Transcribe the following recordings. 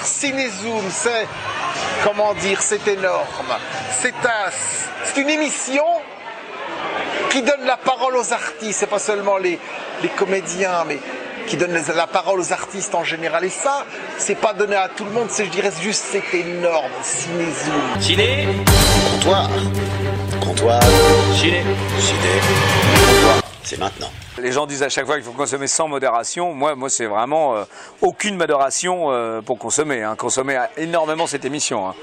voir Cinézoom, c'est, comment dire, c'est énorme. C'est une émission qui donne la parole aux artistes, c'est pas seulement les comédiens, mais qui donne la parole aux artistes en général. Et ça, c'est pas donné à tout le monde, je dirais juste, c'est énorme. Cinézoom. Ciné. Comptoir. Ciné. Comptoir. C'est maintenant. Les gens disent à chaque fois qu'il faut consommer sans modération. Moi c'est vraiment aucune modération pour consommer. Consommer énormément cette émission.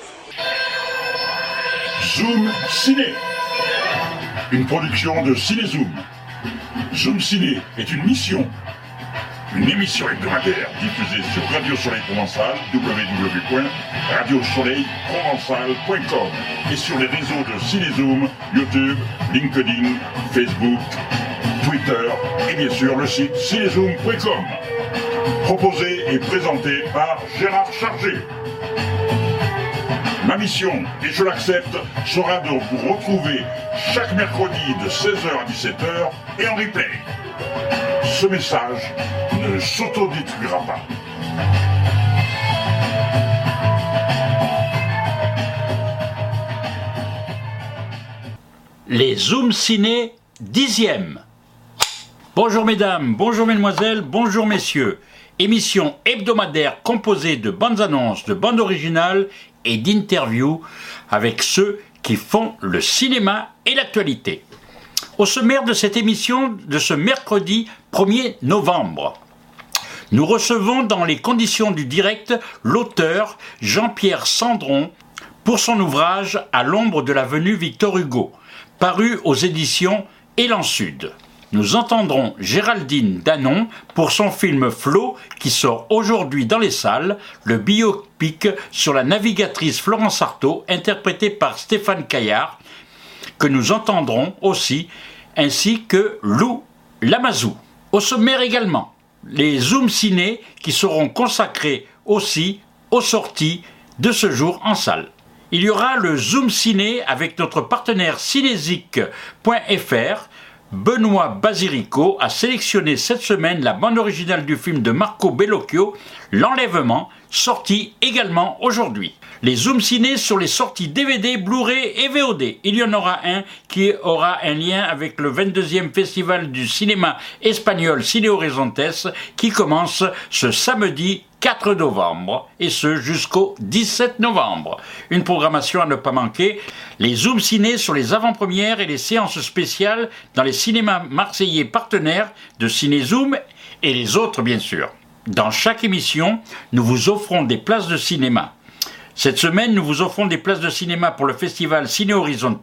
Zoom Ciné. Une production de Cinézoom. Zoom Ciné est une mission. Une émission hebdomadaire diffusée sur Radio Soleil Provençal, www.radiosoleilprovençal.com et sur les réseaux de Cinézoom, YouTube, LinkedIn, Facebook, Twitter et bien sûr le site cinézoom.com. Proposé et présenté par Gérard Chargé. Ma mission, et je l'accepte, sera de vous retrouver chaque mercredi de 16h à 17h et en replay. Ce message ne s'autodétruira pas. Les Zoom Ciné 10e. Bonjour mesdames, bonjour mesdemoiselles, bonjour messieurs. Émission hebdomadaire composée de bandes annonces, de bandes originales et d'interviews avec ceux qui font le cinéma et l'actualité. Au sommaire de cette émission de ce mercredi 1er novembre, nous recevons dans les conditions du direct l'auteur Jean-Pierre Sandron pour son ouvrage « À l'ombre de l'avenue Victor Hugo », paru aux éditions Élan Sud. Nous entendrons Géraldine Danon pour son film Flo qui sort aujourd'hui dans les salles, le biopic sur la navigatrice Florence Artaud interprété par Stéphane Caillard, que nous entendrons aussi, ainsi que Lou Lamazou. Au sommaire également, les Zoom Ciné qui seront consacrés aussi aux sorties de ce jour en salle. Il y aura le Zoom Ciné avec notre partenaire cinésique.fr. Benoît Basirico a sélectionné cette semaine la bande originale du film de Marco Bellocchio, L'Enlèvement, sorti également aujourd'hui. Les Zoom Ciné sur les sorties DVD, Blu-ray et VOD. Il y en aura un qui aura un lien avec le 22e festival du cinéma espagnol Ciné Horizontes qui commence ce samedi 4 novembre et ce jusqu'au 17 novembre. Une programmation à ne pas manquer. Les Zoom Ciné sur les avant-premières et les séances spéciales dans les cinémas marseillais partenaires de Cinézoom et les autres bien sûr. Dans chaque émission, nous vous offrons des places de cinéma. Cette semaine, nous vous offrons des places de cinéma pour le festival Ciné Horizontes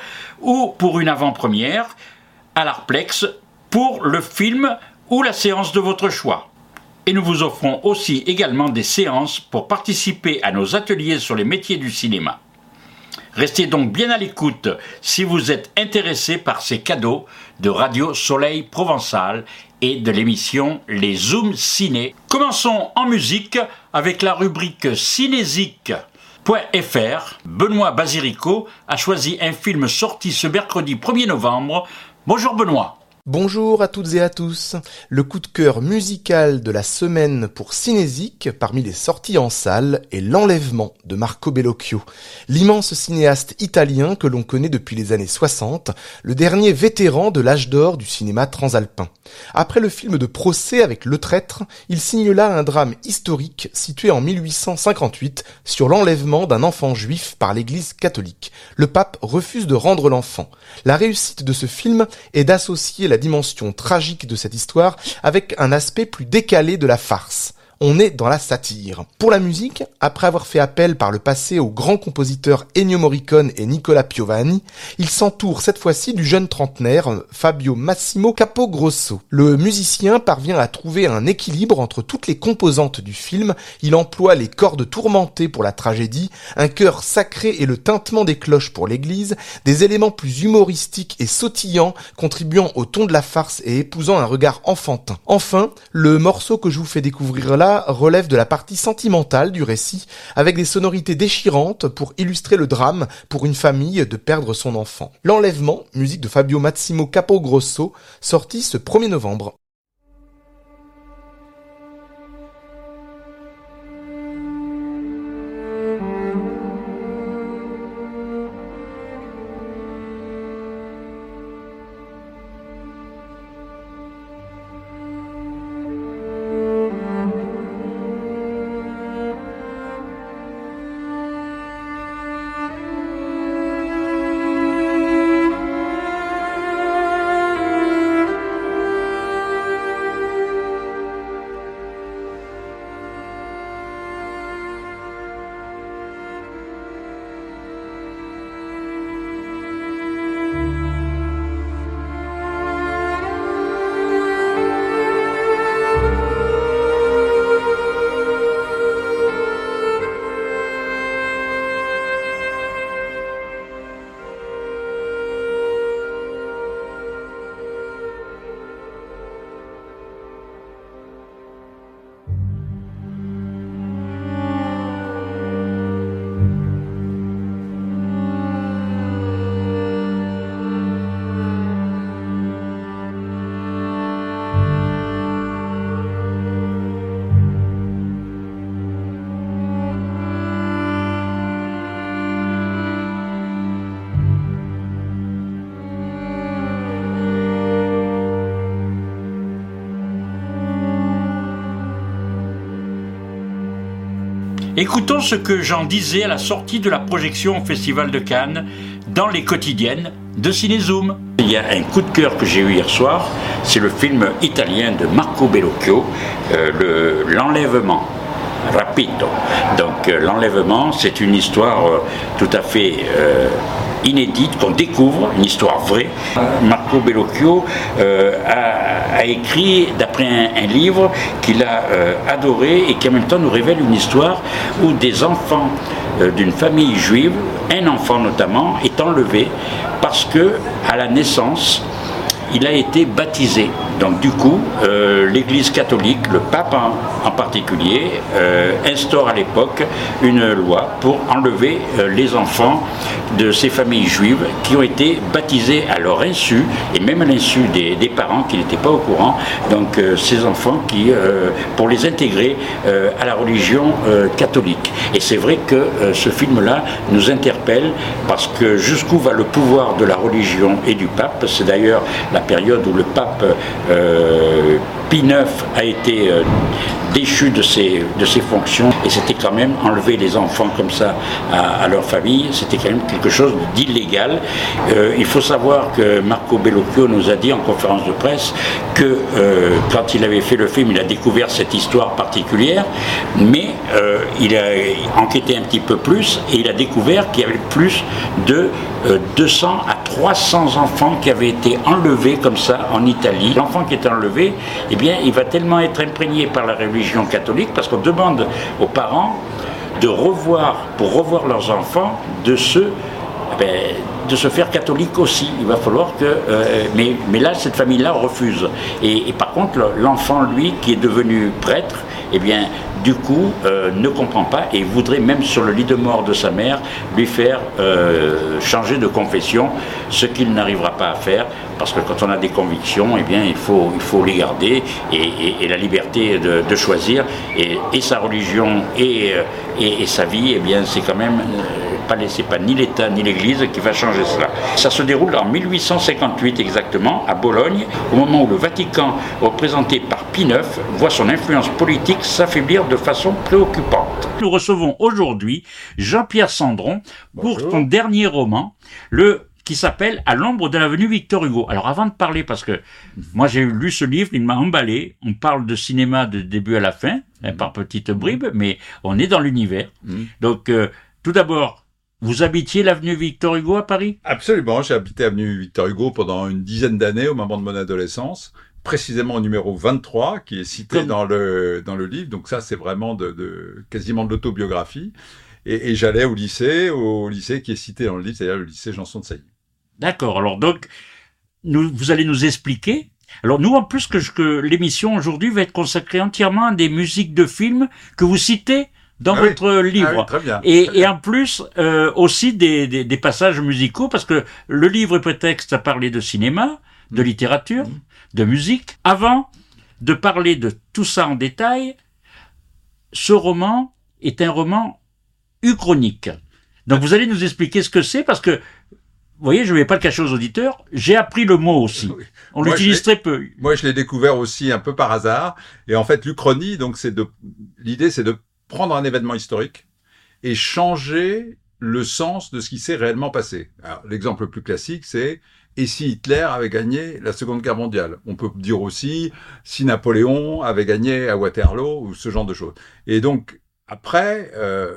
ou pour une avant-première à l'Arplex pour le film ou la séance de votre choix. Et nous vous offrons aussi également des séances pour participer à nos ateliers sur les métiers du cinéma. Restez donc bien à l'écoute si vous êtes intéressé par ces cadeaux de Radio Soleil Provençal et de l'émission Les Zoom Ciné. Commençons en musique avec la rubrique cinésique.fr. Benoît Basirico a choisi un film sorti ce mercredi 1er novembre. Bonjour Benoît. Bonjour à toutes et à tous. Le coup de cœur musical de la semaine pour Cinésique, parmi les sorties en salle, est L'Enlèvement de Marco Bellocchio, l'immense cinéaste italien que l'on connaît depuis les années 60, le dernier vétéran de l'âge d'or du cinéma transalpin. Après le film de procès avec Le Traître, il signe là un drame historique situé en 1858 sur l'enlèvement d'un enfant juif par l'Église catholique. Le pape refuse de rendre l'enfant. La réussite de ce film est d'associer la dimension tragique de cette histoire avec un aspect plus décalé de la farce. On est dans la satire. Pour la musique, après avoir fait appel par le passé aux grands compositeurs Ennio Morricone et Nicola Piovani, il s'entoure cette fois-ci du jeune trentenaire Fabio Massimo Capogrosso. Le musicien parvient à trouver un équilibre entre toutes les composantes du film. Il emploie les cordes tourmentées pour la tragédie, un chœur sacré et le tintement des cloches pour l'église, des éléments plus humoristiques et sautillants contribuant au ton de la farce et épousant un regard enfantin. Enfin, le morceau que je vous fais découvrir là relève de la partie sentimentale du récit, avec des sonorités déchirantes pour illustrer le drame pour une famille de perdre son enfant. L'Enlèvement, musique de Fabio Massimo Capogrosso, sorti ce 1er novembre. Écoutons ce que j'en disais à la sortie de la projection au Festival de Cannes dans les quotidiennes de Cinézoom. Il y a un coup de cœur que j'ai eu hier soir, c'est le film italien de Marco Bellocchio, L'Enlèvement. Rapito. Donc l'enlèvement, c'est une histoire tout à fait inédite qu'on découvre, une histoire vraie. Marco Bellocchio a écrit d'après un livre qu'il a adoré et qui en même temps nous révèle une histoire où des enfants d'une famille juive, un enfant notamment, est enlevé parce que à la naissance, il a été baptisé. Donc du coup, l'Église catholique, le pape en particulier, instaure à l'époque une loi pour enlever les enfants de ces familles juives qui ont été baptisés à leur insu, et même à l'insu des parents qui n'étaient pas au courant, donc ces enfants pour les intégrer à la religion catholique. Et c'est vrai que ce film-là nous interpelle parce que jusqu'où va le pouvoir de la religion et du pape. C'est d'ailleurs la période où le pape Pie IX a été déchu de ses fonctions, et c'était quand même enlever les enfants comme ça à leur famille, c'était quand même quelque chose d'illégal. Il faut savoir que Marco Bellocchio nous a dit en conférence de presse que quand il avait fait le film, il a découvert cette histoire particulière, mais il a enquêté un petit peu plus et il a découvert qu'il y avait plus de 200 à 300 enfants qui avaient été enlevés comme ça en Italie. L'enfant qui est enlevé, eh bien, il va tellement être imprégné par la religion catholique, parce qu'on demande aux parents pour revoir leurs enfants, de se faire catholique aussi. Il va falloir que... mais là, cette famille-là refuse. Et par contre, l'enfant, lui, qui est devenu prêtre, eh bien, du coup, ne comprend pas et voudrait même sur le lit de mort de sa mère lui faire changer de confession, ce qu'il n'arrivera pas à faire, parce que quand on a des convictions, eh bien, il faut les garder, et la liberté de choisir, et sa religion et sa vie, eh bien, c'est quand même c'est pas ni l'État ni l'Église qui va changer cela. Ça se déroule en 1858 exactement, à Bologne, au moment où le Vatican, représenté par Pie IX, voit son influence politique s'affaiblir de façon préoccupante. Nous recevons aujourd'hui Jean-Pierre Sandron pour son dernier roman, qui s'appelle « À l'ombre de l'avenue Victor Hugo ». Alors avant de parler, parce que moi j'ai lu ce livre, il m'a emballé, on parle de cinéma de début à la fin, par petites bribes, mais on est dans l'univers. Donc tout d'abord, vous habitiez l'avenue Victor Hugo à Paris ? Absolument, j'ai habité avenue Victor Hugo pendant une dizaine d'années au moment de mon adolescence, précisément au numéro 23 qui est cité dans le livre, donc ça c'est vraiment quasiment de l'autobiographie, et j'allais au lycée qui est cité dans le livre, c'est-à-dire le lycée Janson de Sailly. D'accord, alors donc vous allez nous expliquer. Alors nous, en plus que l'émission aujourd'hui va être consacrée entièrement à des musiques de films que vous citez dans votre livre. Oui, très bien. Et en plus, aussi des passages musicaux, parce que le livre est prétexte à parler de cinéma, de littérature, de musique. Avant de parler de tout ça en détail, ce roman est un roman uchronique. Donc vous allez nous expliquer ce que c'est, parce que, vous voyez, je ne vais pas le cacher aux auditeurs, j'ai appris le mot aussi. On l'utilise très peu. Moi, je l'ai découvert aussi un peu par hasard. Et en fait, l'uchronie, donc l'idée, c'est de prendre un événement historique et changer le sens de ce qui s'est réellement passé. Alors, l'exemple le plus classique, c'est « Et si Hitler avait gagné la Seconde Guerre mondiale ?» On peut dire aussi « Si Napoléon avait gagné à Waterloo » ou ce genre de choses. Et donc, après,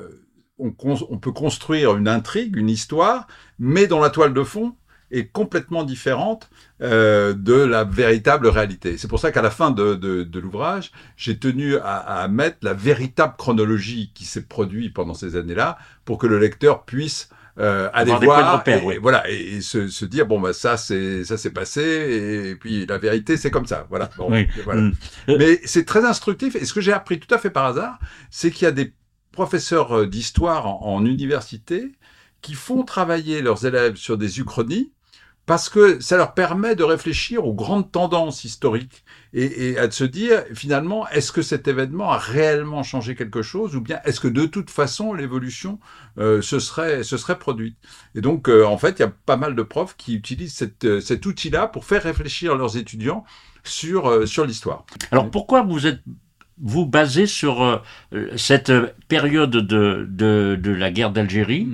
on peut construire une intrigue, une histoire, mais dont la toile de fond est complètement différente de la véritable réalité. C'est pour ça qu'à la fin de l'ouvrage, j'ai tenu à mettre la véritable chronologie qui s'est produite pendant ces années-là, pour que le lecteur puisse aller voir et se dire bon ça s'est passé, et puis la vérité c'est comme ça. Voilà. Bon, voilà. Mais c'est très instructif, et ce que j'ai appris tout à fait par hasard, c'est qu'il y a des professeurs d'histoire en université qui font travailler leurs élèves sur des uchronies, parce que ça leur permet de réfléchir aux grandes tendances historiques et à se dire, finalement, est-ce que cet événement a réellement changé quelque chose, ou bien est-ce que de toute façon l'évolution se serait produite. Et donc, en fait, il y a pas mal de profs qui utilisent cet outil-là pour faire réfléchir leurs étudiants sur l'histoire. Alors, pourquoi vous êtes vous basé sur cette période de la guerre d'Algérie,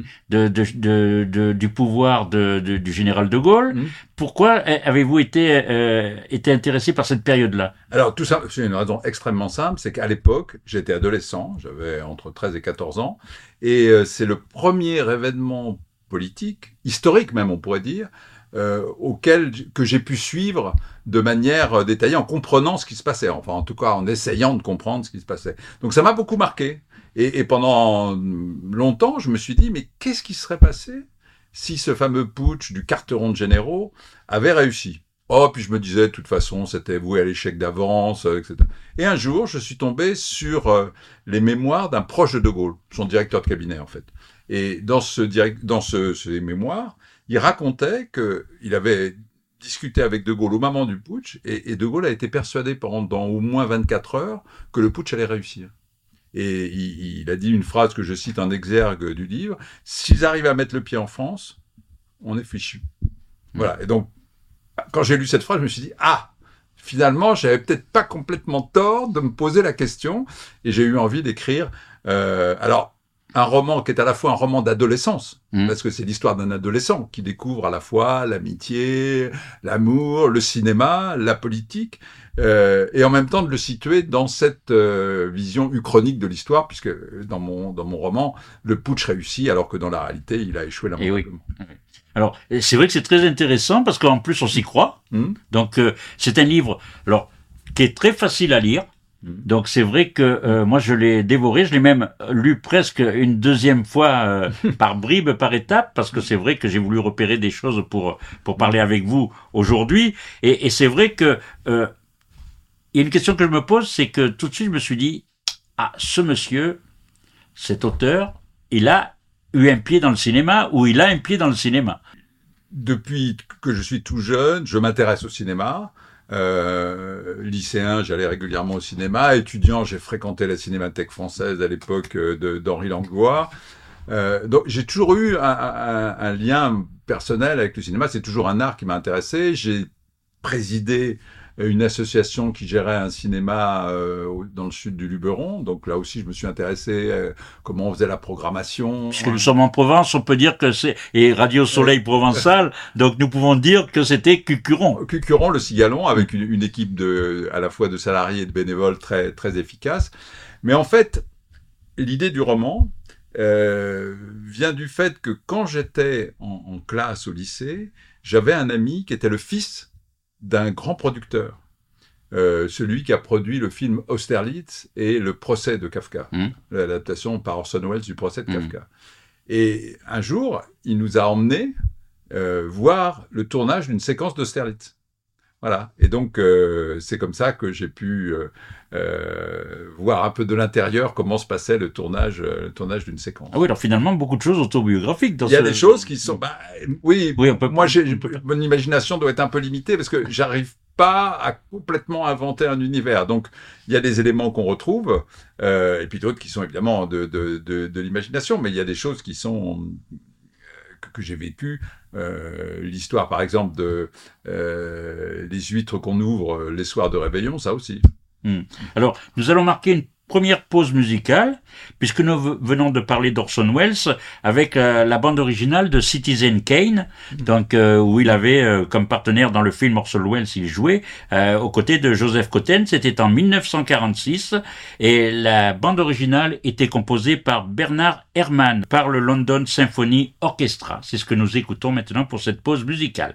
du pouvoir du général de Gaulle. Pourquoi avez-vous été intéressé par cette période-là? Alors, tout ça, c'est une raison extrêmement simple, c'est qu'à l'époque, j'étais adolescent, j'avais entre 13 et 14 ans, et c'est le premier événement politique, historique même, on pourrait dire, que j'ai pu suivre de manière détaillée en comprenant ce qui se passait, enfin en tout cas en essayant de comprendre ce qui se passait. Donc ça m'a beaucoup marqué. Et pendant longtemps, je me suis dit, mais qu'est-ce qui serait passé si ce fameux putsch du Carteron de généraux avait réussi? Oh, puis je me disais, de toute façon, c'était voué à l'échec d'avance, etc. Et un jour, je suis tombé sur les mémoires d'un proche de Gaulle, son directeur de cabinet en fait. Et dans ces mémoires, il racontait qu'il avait discuté avec De Gaulle au moment du putsch, et De Gaulle a été persuadé pendant au moins 24 heures que le putsch allait réussir. Et il a dit une phrase que je cite en exergue du livre: « S'ils arrivent à mettre le pied en France, on est fichu. » Voilà. Et donc, quand j'ai lu cette phrase, je me suis dit, finalement, j'avais peut-être pas complètement tort de me poser la question, et j'ai eu envie d'écrire, un roman qui est à la fois un roman d'adolescence, parce que c'est l'histoire d'un adolescent qui découvre à la fois l'amitié, l'amour, le cinéma, la politique, et en même temps de le situer dans cette vision uchronique de l'histoire, puisque dans mon roman, le putsch réussit, alors que dans la réalité, il a échoué lamentablement. Oui. Alors, c'est vrai que c'est très intéressant, parce qu'en plus, on s'y croit. Donc, c'est un livre qui est très facile à lire. Donc c'est vrai que moi je l'ai dévoré, je l'ai même lu presque une deuxième fois par bribes, par étapes, parce que c'est vrai que j'ai voulu repérer des choses pour parler avec vous aujourd'hui. Et c'est vrai que il y a une question que je me pose, c'est que tout de suite je me suis dit, ce monsieur, cet auteur, il a eu un pied dans le cinéma, ou il a un pied dans le cinéma. Depuis que je suis tout jeune, je m'intéresse au cinéma. Lycéen, j'allais régulièrement au cinéma. Étudiant, j'ai fréquenté la Cinémathèque française à l'époque d'Henri Langlois. Donc j'ai toujours eu un lien personnel avec le cinéma. C'est toujours un art qui m'a intéressé. J'ai présidé une association qui gérait un cinéma dans le sud du Luberon. Donc là aussi, je me suis intéressé comment on faisait la programmation. Puisque nous sommes en Provence, on peut dire que et Radio Soleil Provençal, donc nous pouvons dire que c'était Cucuron. Cucuron, le Cigalon, avec une équipe à la fois de salariés et de bénévoles très, très efficace. Mais en fait, l'idée du roman vient du fait que quand j'étais en classe au lycée, j'avais un ami qui était le fils d'un grand producteur, celui qui a produit le film Austerlitz et le procès de Kafka, l'adaptation par Orson Welles du procès de Kafka. Et un jour, il nous a emmenés voir le tournage d'une séquence d'Austerlitz. Voilà. Et donc, c'est comme ça que j'ai pu voir un peu de l'intérieur comment se passait le tournage d'une séquence. Ah oui, alors finalement, beaucoup de choses autobiographiques. Il y a des choses qui sont... oui, moi, mon imagination doit être un peu limitée parce que j'arrive pas à complètement inventer un univers. Donc, il y a des éléments qu'on retrouve, et puis d'autres qui sont évidemment de l'imagination, mais il y a des choses qui sont... que j'ai vécues. L'histoire, par exemple, de les huîtres qu'on ouvre les soirs de réveillon, ça aussi. Alors, nous allons marquer une première pause musicale, puisque nous venons de parler d'Orson Welles avec la bande originale de Citizen Kane, donc où il avait comme partenaire dans le film Orson Welles, il jouait aux côtés de Joseph Cotten. C'était en 1946 et la bande originale était composée par Bernard Herrmann par le London Symphony Orchestra. C'est ce que nous écoutons maintenant pour cette pause musicale.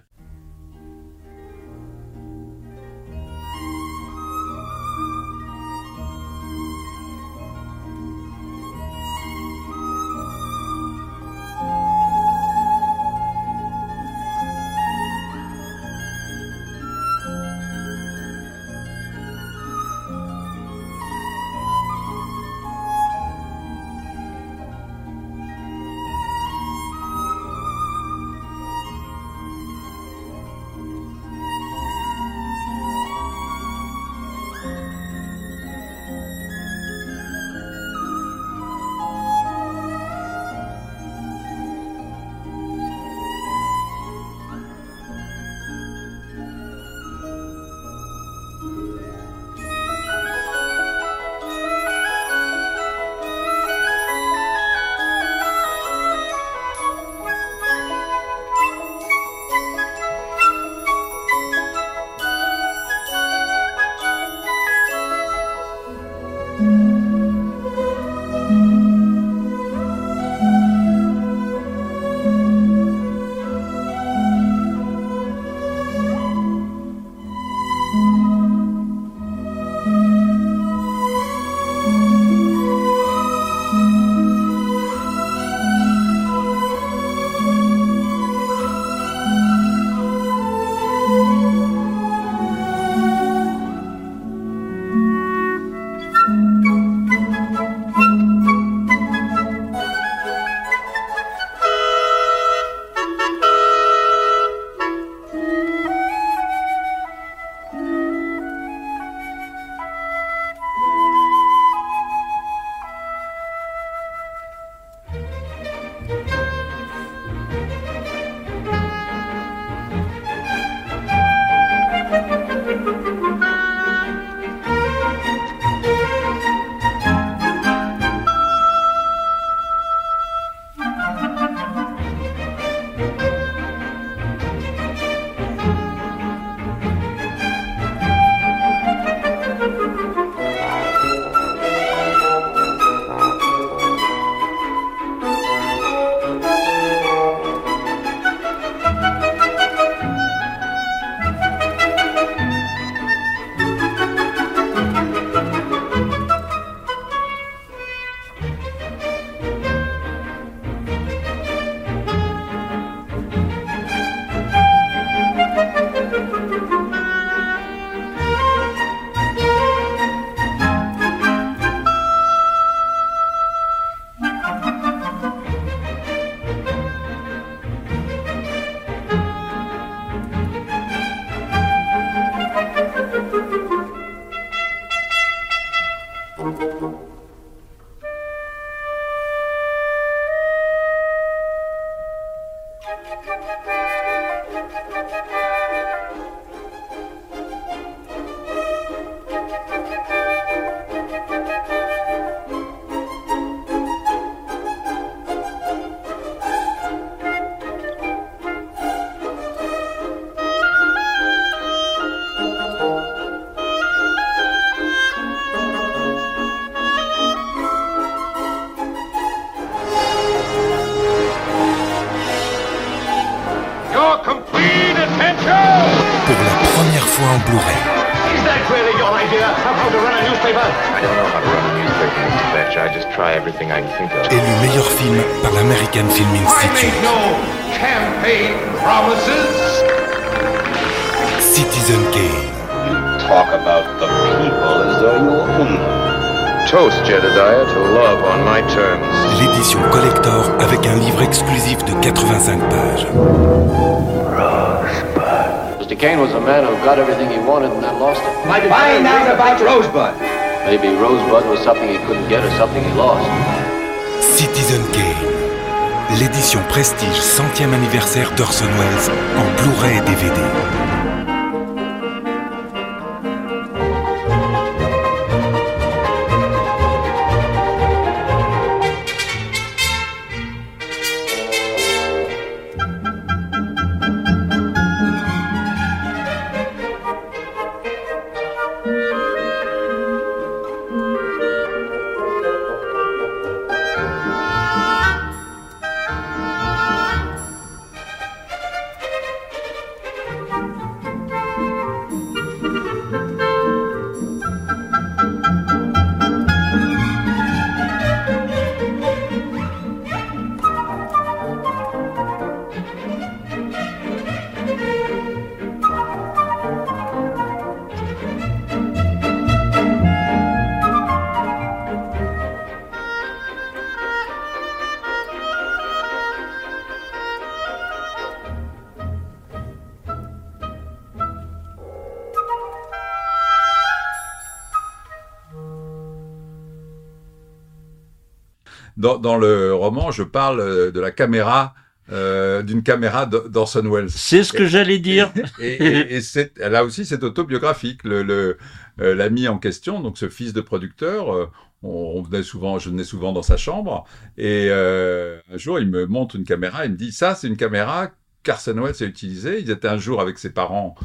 fois en Blu-ray. Is that really your idea of how to run a newspaper? I don't know how to run a newspaper, Mr. Fletcher. I just try everything I can think of. Élu meilleur film par l'American Film Institute. I make no campaign promises. Citizen Kane. Talk about the people as though you own them. Toast, Jedediah, to love on my terms. L'édition collector avec un livre exclusif de 85 pages. Mr. Kane was a man who got everything he wanted and then lost it. Find out about Rosebud. Maybe Rosebud was something he couldn't get or something he lost. Citizen Kane. L'édition Prestige 100e anniversaire d'Orson Welles en Blu-ray et DVD. Dans le roman, je parle de la caméra, d'une caméra d'Orson Welles. C'est ce que j'allais dire. Et là aussi, c'est autobiographique. L'ami en question, donc ce fils de producteur, je venais souvent dans sa chambre, et un jour, il me montre une caméra, il me dit, ça, c'est une caméra qu'Orson Welles a utilisée. Ils étaient un jour avec ses parents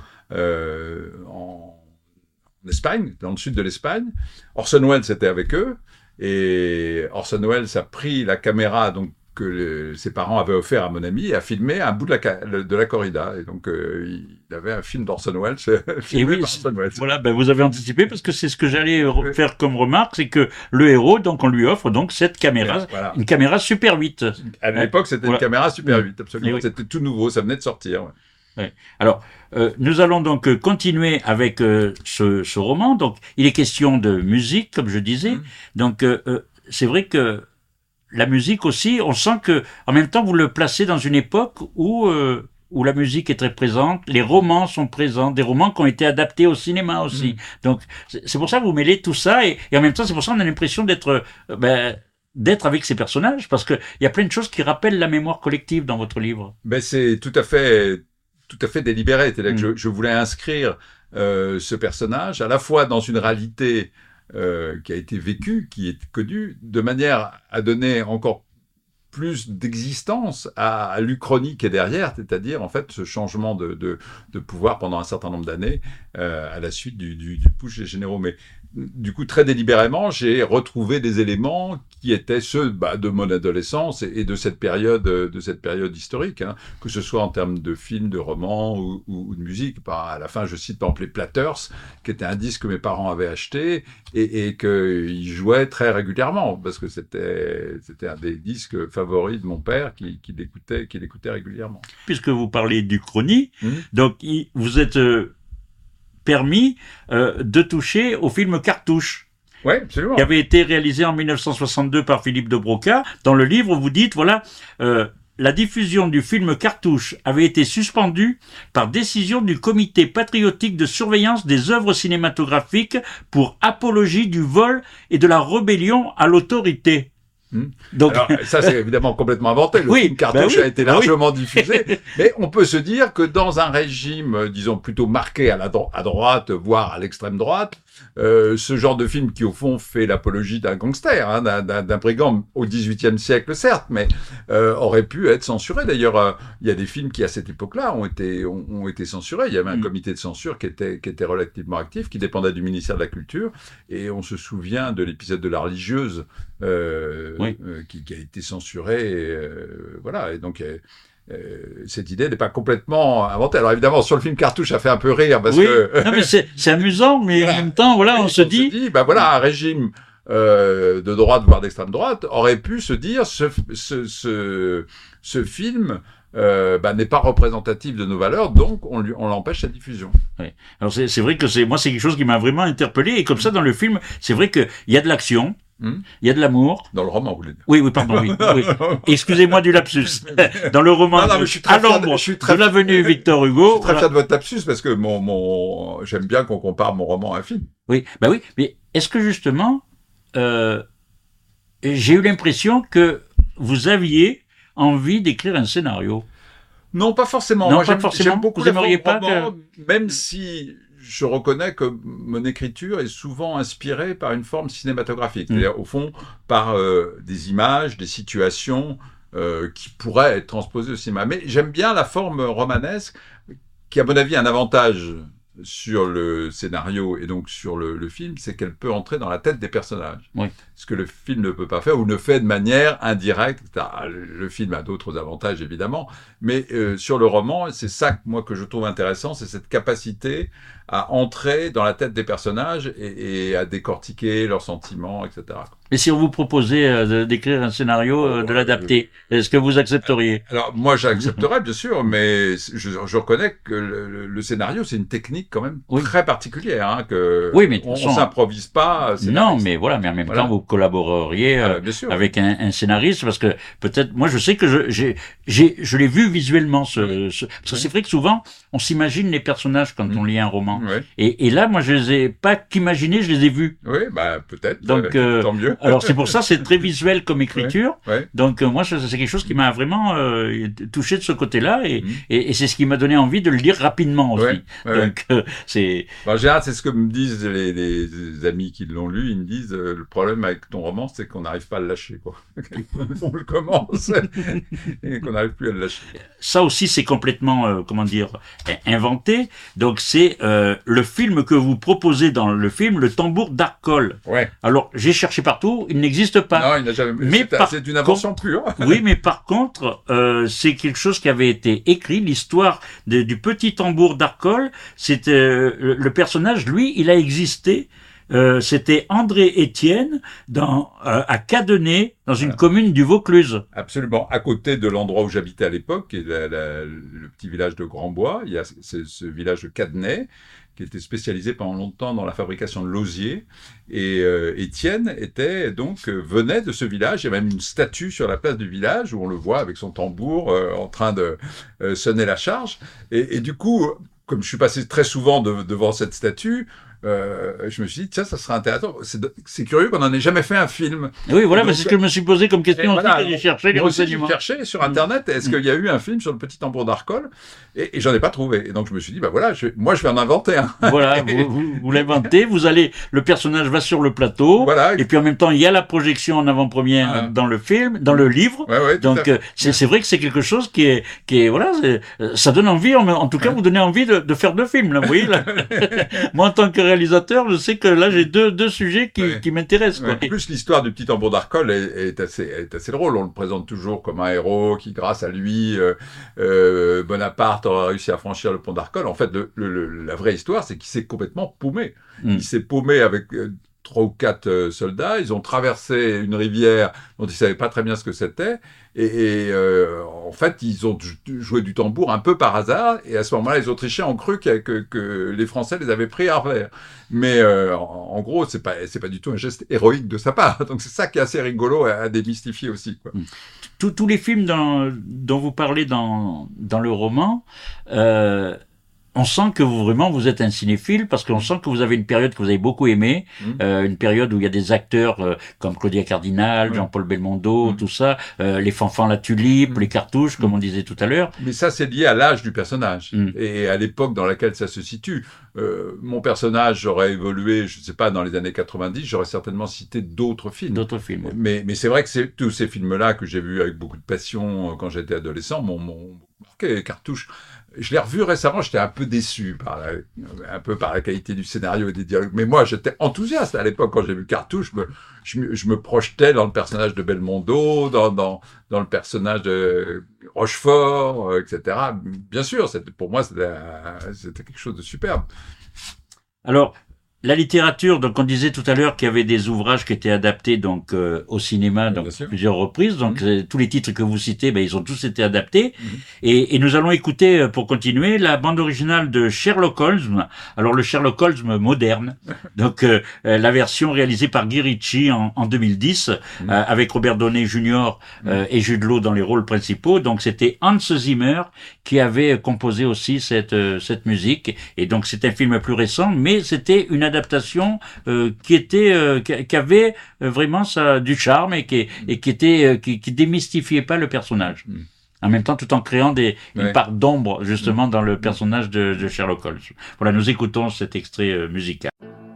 en Espagne, dans le sud de l'Espagne. Orson Welles était avec eux. Et Orson Welles a pris la caméra donc, que ses parents avaient offert à mon ami et a filmé un bout de la corrida. Et donc, il avait un film d'Orson Welles filmé par Orson Welles. Voilà, ben vous avez anticipé parce que c'est ce que j'allais faire comme remarque, c'est que le héros, donc on lui offre donc cette caméra, voilà. Une caméra Super 8. À l'époque, c'était une caméra Super 8, absolument. Oui. C'était tout nouveau, ça venait de sortir. Ouais. Ouais. Alors, nous allons donc continuer avec ce roman. Donc, il est question de musique, comme je disais. Donc, c'est vrai que la musique aussi, on sent que, en même temps, vous le placez dans une époque où la musique est très présente, les romans sont présents, des romans qui ont été adaptés au cinéma aussi. Donc, c'est pour ça que vous mêlez tout ça, et en même temps, c'est pour ça qu'on a l'impression d'être avec ces personnages, parce que il y a plein de choses qui rappellent la mémoire collective dans votre livre. Ben, c'est tout à fait délibéré. C'est-à-dire que je voulais inscrire ce personnage à la fois dans une réalité qui a été vécue, qui est connue, de manière à donner encore plus d'existence à l'Uchronie qui est derrière, c'est-à-dire en fait ce changement de pouvoir pendant un certain nombre d'années à la suite du putsch des généraux. Mais du coup, très délibérément, j'ai retrouvé des éléments qui étaient ceux de mon adolescence et de cette période historique, hein, que ce soit en termes de films, de romans ou de musique. À la fin, je cite par exemple les Platters, qui était un disque que mes parents avaient acheté et qu'ils jouaient très régulièrement, parce que c'était un des disques favoris de mon père qui l'écoutait régulièrement. Puisque vous parlez d'Uchronie, donc vous êtes permis de toucher au film Cartouche. Oui, absolument. Qui avait été réalisé en 1962 par Philippe de Broca. Dans le livre, vous dites, voilà, la diffusion du film Cartouche avait été suspendue par décision du comité patriotique de surveillance des œuvres cinématographiques pour apologie du vol et de la rébellion à l'autorité. Donc... Alors, ça, c'est évidemment complètement inventé. Le film Cartouche a été largement diffusé. Mais on peut se dire que dans un régime, disons, plutôt marqué à droite, voire à l'extrême droite, ce genre de film qui, au fond, fait l'apologie d'un gangster, hein, d'un brigand au XVIIIe siècle, certes, mais aurait pu être censuré. D'ailleurs, il y a des films qui, à cette époque-là, ont été censurés. Il y avait un comité de censure qui était relativement actif, qui dépendait du ministère de la Culture. Et on se souvient de l'épisode de La Religieuse, qui a été censuré, voilà. Et donc, cette idée n'est pas complètement inventée. Alors évidemment, sur le film Cartouche, ça fait un peu rire parce oui. que... Non, mais c'est amusant, mais en même temps, voilà, on se dit... Ben voilà, un régime de droite, voire d'extrême droite, aurait pu se dire ce film n'est pas représentatif de nos valeurs, donc on l'empêche sa diffusion. Oui. Alors c'est vrai que c'est quelque chose qui m'a vraiment interpellé, et comme ça dans le film, c'est vrai qu'il y a de l'action, il y a de l'amour. Dans le roman, vous voulez dire. Oui, pardon, oui. Excusez-moi du lapsus. Dans le roman, non, mais je suis très fier de l'avenue Victor Hugo. Je suis très fier de votre lapsus parce que j'aime bien qu'on compare mon roman à un film. Oui, oui, mais est-ce que justement, j'ai eu l'impression que vous aviez envie d'écrire un scénario? Non, pas forcément. Non, moi, pas forcément. J'aime beaucoup vous les aimeriez pas romans, même si je reconnais que mon écriture est souvent inspirée par une forme cinématographique. C'est-à-dire, au fond, par des images, des situations qui pourraient être transposées au cinéma. Mais j'aime bien la forme romanesque qui, à mon avis, a un avantage sur le scénario et donc sur le film, c'est qu'elle peut entrer dans la tête des personnages. Oui. Ce que le film ne peut pas faire ou ne fait de manière indirecte. Le film a d'autres avantages, évidemment, mais sur le roman, c'est ça, moi, que je trouve intéressant, c'est cette capacité à entrer dans la tête des personnages et à décortiquer leurs sentiments, etc. Et si on vous proposait d'écrire un scénario, de l'adapter, est-ce que vous accepteriez? Alors, moi, j'accepterais, bien sûr, mais je reconnais que le scénario, c'est une technique quand même très particulière, hein, que oui, mais on s'improvise pas. Non, mais voilà, mais en même temps, vous collaboreriez avec un scénariste, parce que peut-être, moi, je sais que je l'ai vu visuellement, parce que c'est vrai que souvent, on s'imagine les personnages quand on lit un roman. Ouais. Et là, moi, je les ai pas qu'imaginés, je les ai vus. Oui, peut-être. Donc, tant mieux. Alors, c'est pour ça, c'est très visuel comme écriture. Ouais. Donc, moi, c'est quelque chose qui m'a vraiment touché de ce côté-là, et c'est ce qui m'a donné envie de le lire rapidement aussi. Donc, c'est... En général, c'est ce que me disent les amis qui l'ont lu. Ils me disent, le problème avec ton roman, c'est qu'on n'arrive pas à le lâcher, quoi. On le commence et qu'on n'arrive plus à le lâcher. Ça aussi, c'est complètement, inventé. Donc, c'est le film que vous proposez dans le film, Le Tambour d'Arcole. Ouais. Alors, j'ai cherché partout, il n'existe pas. Non, il n'a jamais. Mais c'est une invention pure. Oui, mais par contre, c'est quelque chose qui avait été écrit, l'histoire du petit tambour d'Arcole. C'était le personnage, lui, il a existé. C'était André Étienne à Cadenet, dans une commune du Vaucluse. Absolument, à côté de l'endroit où j'habitais à l'époque, qui est le petit village de Grandbois. Il y a ce village de Cadenet qui était spécialisé pendant longtemps dans la fabrication de l'osier. Et Étienne venait de ce village. Il y a même une statue sur la place du village où on le voit avec son tambour en train de sonner la charge. Et du coup, comme je suis passé très souvent devant cette statue, je me suis dit, tiens, ça serait intéressant. C'est curieux qu'on n'en ait jamais fait un film. Oui, voilà, mais c'est ce que je me suis posé comme question aussi, quand j'ai cherché les renseignements. J'ai cherché sur Internet, est-ce qu'il y a eu un film sur le petit tambour d'Arcole? Et j'en ai pas trouvé. Et donc, je me suis dit, moi, je vais en inventer un. Voilà, vous l'inventez, le personnage va sur le plateau, voilà. Et puis en même temps, il y a la projection en avant-première dans le film, dans le livre. Ouais, donc, c'est vrai que c'est quelque chose qui est voilà, ça donne envie, en tout cas, vous donnez envie de faire deux films, là, vous voyez, là. Moi, en tant que réalisateur, je sais que là, j'ai deux sujets qui m'intéressent, quoi. En plus, l'histoire du petit tambour d'Arcole est assez drôle. On le présente toujours comme un héros qui, grâce à lui, Bonaparte aura réussi à franchir le pont d'Arcole. En fait, la vraie histoire, c'est qu'il s'est complètement paumé. Il s'est paumé avec 3 ou 4 soldats. Ils ont traversé une rivière dont ils savaient pas très bien ce que c'était. Et en fait, ils ont joué du tambour un peu par hasard. Et à ce moment-là, les Autrichiens ont cru que les Français les avaient pris à revers. Mais en gros, c'est pas du tout un geste héroïque de sa part. Donc c'est ça qui est assez rigolo à démystifier aussi, quoi. Tous les films dont vous parlez dans le roman, on sent que vous êtes un cinéphile, parce qu'on sent que vous avez une période que vous avez beaucoup aimée, une période où il y a des acteurs comme Claudia Cardinal, Jean-Paul Belmondo, tout ça, les Fanfans la Tulipe, les Cartouches, comme on disait tout à l'heure. Mais ça, c'est lié à l'âge du personnage et à l'époque dans laquelle ça se situe. Mon personnage aurait évolué, je ne sais pas, dans les années 90, j'aurais certainement cité d'autres films. Oui. Mais c'est vrai que tous ces films-là que j'ai vus avec beaucoup de passion quand j'étais adolescent m'ont marqué. Cartouche, Je l'ai revu récemment, j'étais un peu déçu par la qualité du scénario et des dialogues. Mais moi, j'étais enthousiaste à l'époque quand j'ai vu Cartouche. Je me projetais dans le personnage de Belmondo, dans le personnage de Rochefort, etc. Bien sûr, pour moi, c'était quelque chose de superbe. Alors, la littérature, donc on disait tout à l'heure qu'il y avait des ouvrages qui étaient adaptés donc au cinéma donc plusieurs reprises. Donc tous les titres que vous citez, ils ont tous été adaptés. Et nous allons écouter pour continuer la bande originale de Sherlock Holmes. Alors le Sherlock Holmes moderne. Donc la version réalisée par Guy Ritchie en 2010 avec Robert Downey Jr. Et Jude Law dans les rôles principaux. Donc c'était Hans Zimmer qui avait composé aussi cette musique. Et donc c'est un film plus récent, mais c'était une adaptation qui avait vraiment du charme et qui démystifiait pas le personnage. En même temps, tout en créant une part d'ombre justement dans le personnage de Sherlock Holmes. Voilà, nous écoutons cet extrait musical.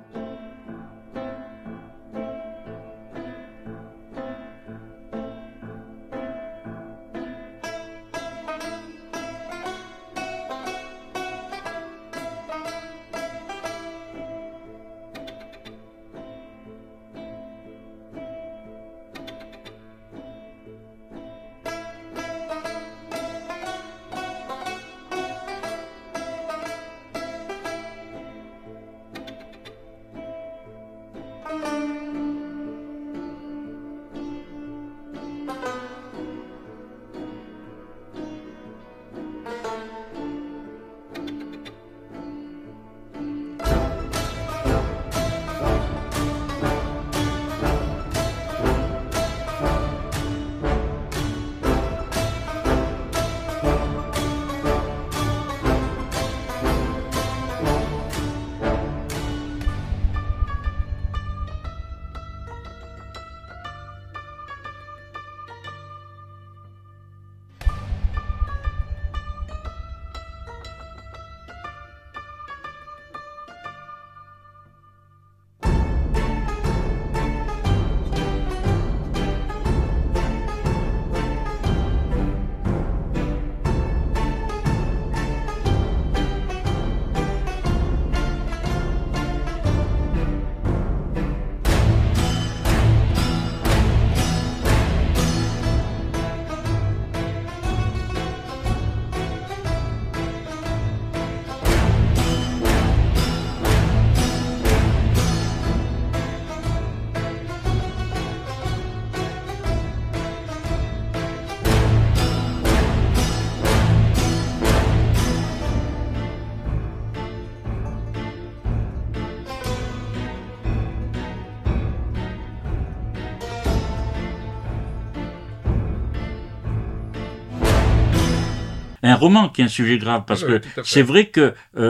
Un roman qui est un sujet grave, parce que c'est vrai que...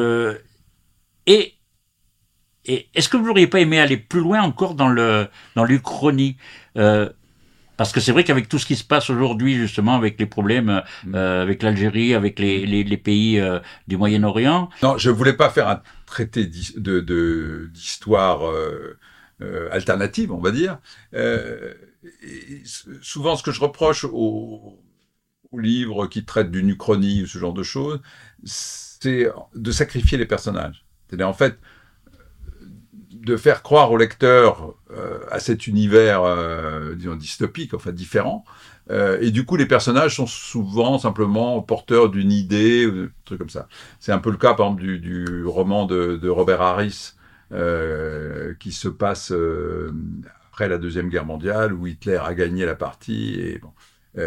Et est-ce que vous n'auriez pas aimé aller plus loin encore dans l'Uchronie parce que c'est vrai qu'avec tout ce qui se passe aujourd'hui, justement, avec les problèmes avec l'Algérie, avec les pays du Moyen-Orient... Non, je voulais pas faire un traité d'histoire alternative, on va dire. Souvent, ce que je reproche aux livres qui traitent d'une uchronie ou ce genre de choses, c'est de sacrifier les personnages. C'est-à-dire, en fait, de faire croire au lecteur à cet univers, disons, dystopique, enfin différent. Et du coup, les personnages sont souvent simplement porteurs d'une idée, ou un truc comme ça. C'est un peu le cas, par exemple, du roman de Robert Harris, qui se passe après la Deuxième Guerre mondiale, où Hitler a gagné la partie. Et bon,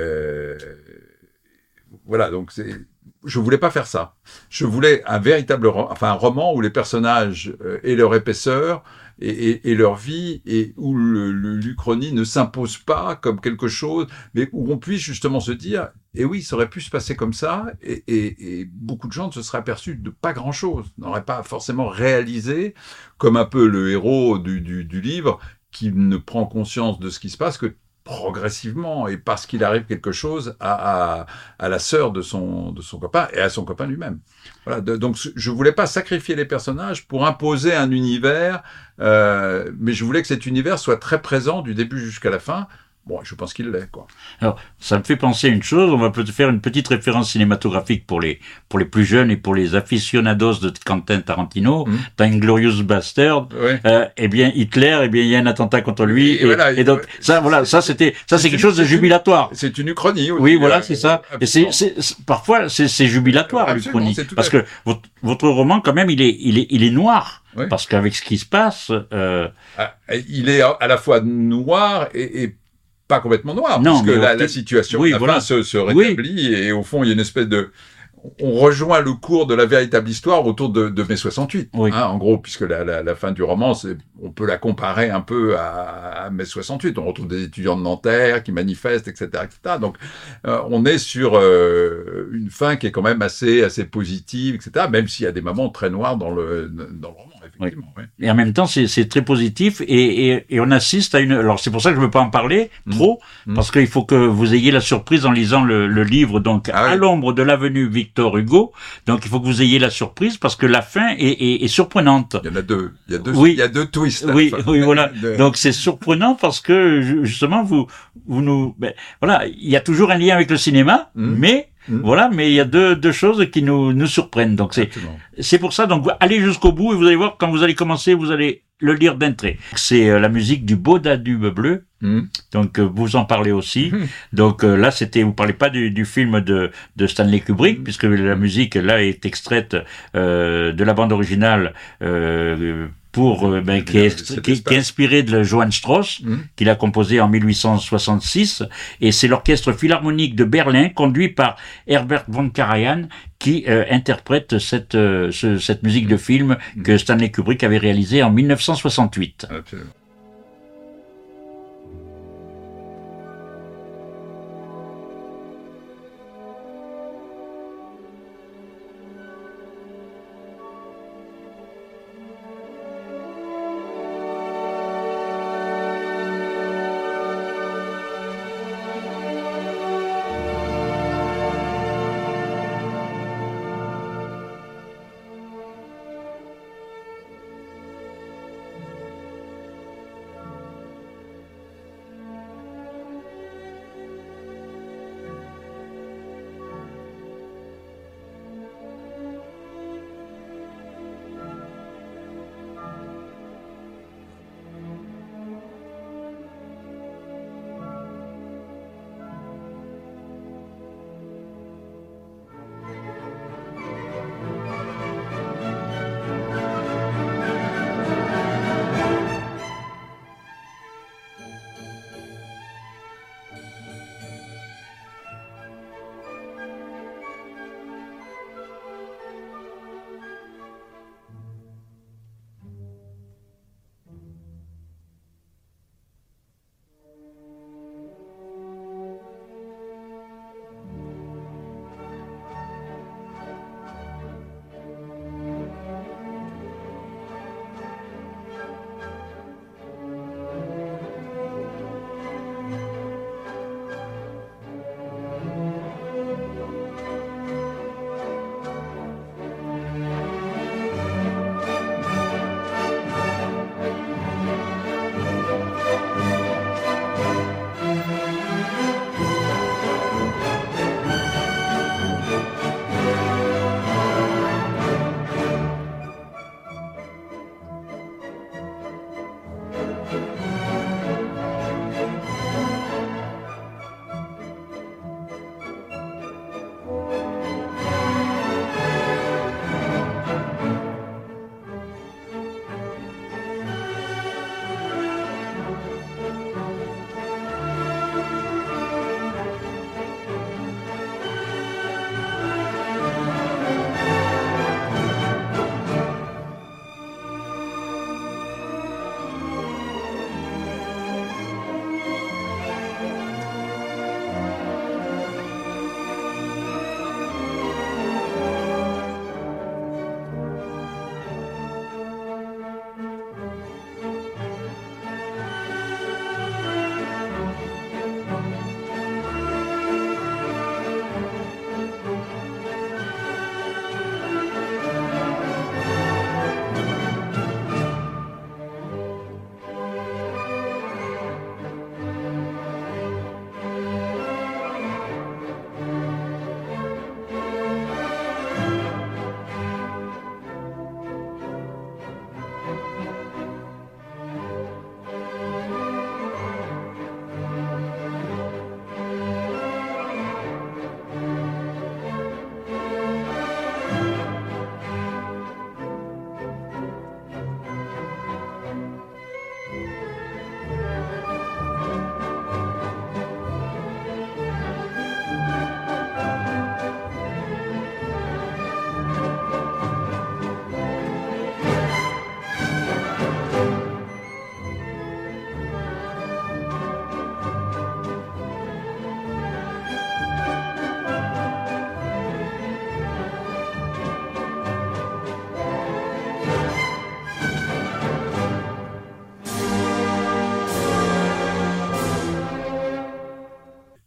voilà, donc je voulais pas faire ça. Je voulais un véritable un roman où les personnages aient leur épaisseur et leur vie, et où l'Uchronie ne s'impose pas comme quelque chose, mais où on puisse justement se dire, et oui, ça aurait pu se passer comme ça, et beaucoup de gens ne se seraient aperçus de pas grand-chose, n'auraient pas forcément réalisé, comme un peu le héros du livre, qui ne prend conscience de ce qui se passe que progressivement, et parce qu'il arrive quelque chose à la sœur de son copain et à son copain lui-même. Voilà, donc je voulais pas sacrifier les personnages pour imposer un univers, mais je voulais que cet univers soit très présent du début jusqu'à la fin, Bon, je pense qu'il l'est, quoi. Alors, ça me fait penser à une chose, on va peut-être faire une petite référence cinématographique pour les plus jeunes et pour les aficionados de Quentin Tarantino, dans Inglourious Bastard, eh bien, Hitler, eh bien, il y a un attentat contre lui, et donc, ça, c'est quelque chose de jubilatoire. C'est une uchronie aussi. Oui, voilà, c'est ça. Et parfois, c'est jubilatoire, l'uchronie. Parce que votre roman, quand même, il est noir. Oui. Parce qu'avec ce qui se passe, il est à la fois noir et pas complètement noir, non, puisque la situation à la fin se rétablit, et au fond, il y a une espèce de... On rejoint le cours de la véritable histoire autour de mai 68, en gros, puisque la fin du roman, on peut la comparer un peu à mai 68. On retrouve des étudiants de Nanterre qui manifestent, etc., etc. Donc, on est sur une fin qui est quand même assez positive, etc., même s'il y a des moments très noirs dans le roman. Effectivement, oui. Et en même temps, c'est très positif, et on assiste à une... Alors, c'est pour ça que je ne veux pas en parler trop, parce qu'il faut que vous ayez la surprise en lisant le livre, donc, à l'ombre de l'avenue Victor Hugo. Donc, il faut que vous ayez la surprise, parce que la fin est surprenante. Il y en a deux. Il y a deux twists. Oui, voilà. Donc, c'est surprenant parce que, justement, vous nous... voilà, il y a toujours un lien avec le cinéma, mais... Voilà, mais il y a deux choses qui nous surprennent. Donc c'est pour ça. Donc allez jusqu'au bout et vous allez voir, quand vous allez commencer, vous allez le lire d'un trait. C'est la musique du Beau Danube bleu. Donc vous en parlez aussi. Donc là, vous parlez pas du film de Stanley Kubrick, puisque la musique là est extraite de la bande originale. Qui est inspiré de Johann Strauss, qu'il a composé en 1866, et c'est l'orchestre philharmonique de Berlin, conduit par Herbert von Karajan, qui interprète cette musique de film que Stanley Kubrick avait réalisée en 1968. Absolument.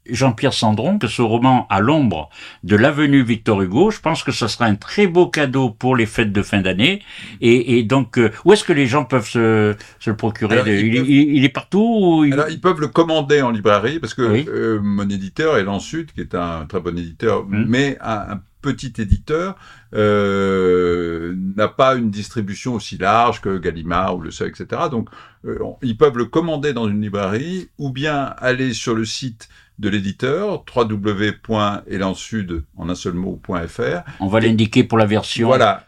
Jean-Pierre Sandron, que ce roman à l'ombre de l'avenue Victor Hugo, je pense que ce sera un très beau cadeau pour les fêtes de fin d'année. Et donc, où est-ce que les gens peuvent se le procurer? Alors, il est partout ou Alors, ils peuvent le commander en librairie, parce que mon éditeur, Élan Sud, qui est un très bon éditeur, mais un petit éditeur, n'a pas une distribution aussi large que Gallimard ou Le Seuil, etc. Donc, ils peuvent le commander dans une librairie, ou bien aller sur le site de l'éditeur, www.elansud.fr. On va l'indiquer pour la version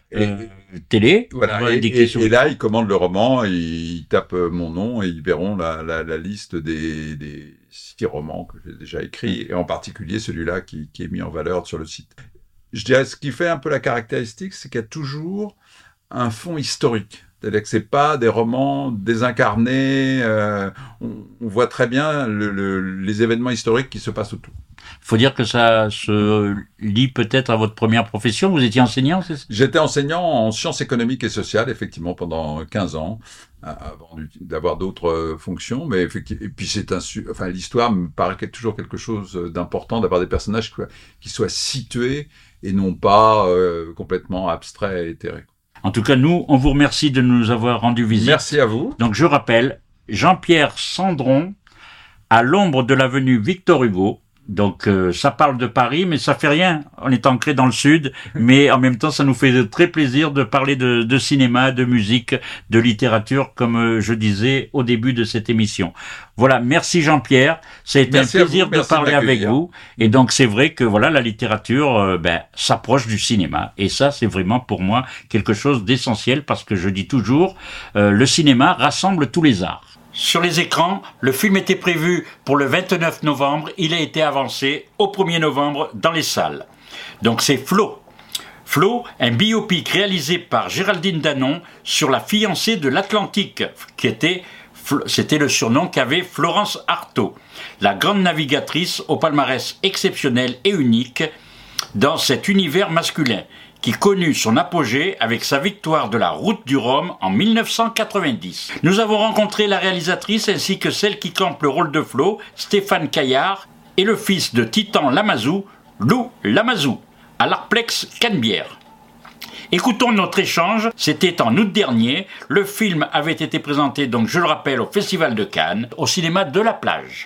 télé. Voilà. Et là, ils commandent le roman, ils tapent mon nom et ils verront la liste des 6 romans que j'ai déjà écrits, et en particulier celui-là qui est mis en valeur sur le site. Je dirais, ce qui fait un peu la caractéristique, c'est qu'il y a toujours un fond historique. C'est-à-dire que c'est pas des romans désincarnés. On voit très bien les événements historiques qui se passent autour. Il faut dire que ça se lie peut-être à votre première profession. Vous étiez enseignant, c'est ça? J'étais enseignant en sciences économiques et sociales, effectivement, pendant 15 ans, avant d'avoir d'autres fonctions. Mais effectivement, et puis l'histoire me paraît toujours quelque chose d'important, d'avoir des personnages qui soient situés et non pas complètement abstraits et éthérés. En tout cas, nous, on vous remercie de nous avoir rendu visite. Merci à vous. Donc, je rappelle, Jean-Pierre Sandron, à l'ombre de l'avenue Victor Hugo. Donc, ça parle de Paris, mais ça fait rien. On est ancré dans le sud, mais en même temps, ça nous fait très plaisir de parler de cinéma, de musique, de littérature, comme je disais au début de cette émission. Voilà, merci Jean-Pierre. Ça a été un plaisir de parler avec vous. Et donc, c'est vrai que voilà, la littérature s'approche du cinéma. Et ça, c'est vraiment pour moi quelque chose d'essentiel, parce que je dis toujours, le cinéma rassemble tous les arts. Sur les écrans, le film était prévu pour le 29 novembre, il a été avancé au 1er novembre dans les salles. Donc c'est Flo. Flo, un biopic réalisé par Géraldine Danon sur la fiancée de l'Atlantique, c'était le surnom qu'avait Florence Artaud, la grande navigatrice au palmarès exceptionnel et unique dans cet univers masculin, qui connut son apogée avec sa victoire de la Route du Rhum en 1990. Nous avons rencontré la réalisatrice ainsi que celle qui campe le rôle de Flo, Stéphane Caillard, et le fils de Titan Lamazou, Lou Lamazou, à l'Arplex Canebière. Écoutons notre échange, c'était en août dernier, le film avait été présenté, donc je le rappelle, au Festival de Cannes, au cinéma de la Plage.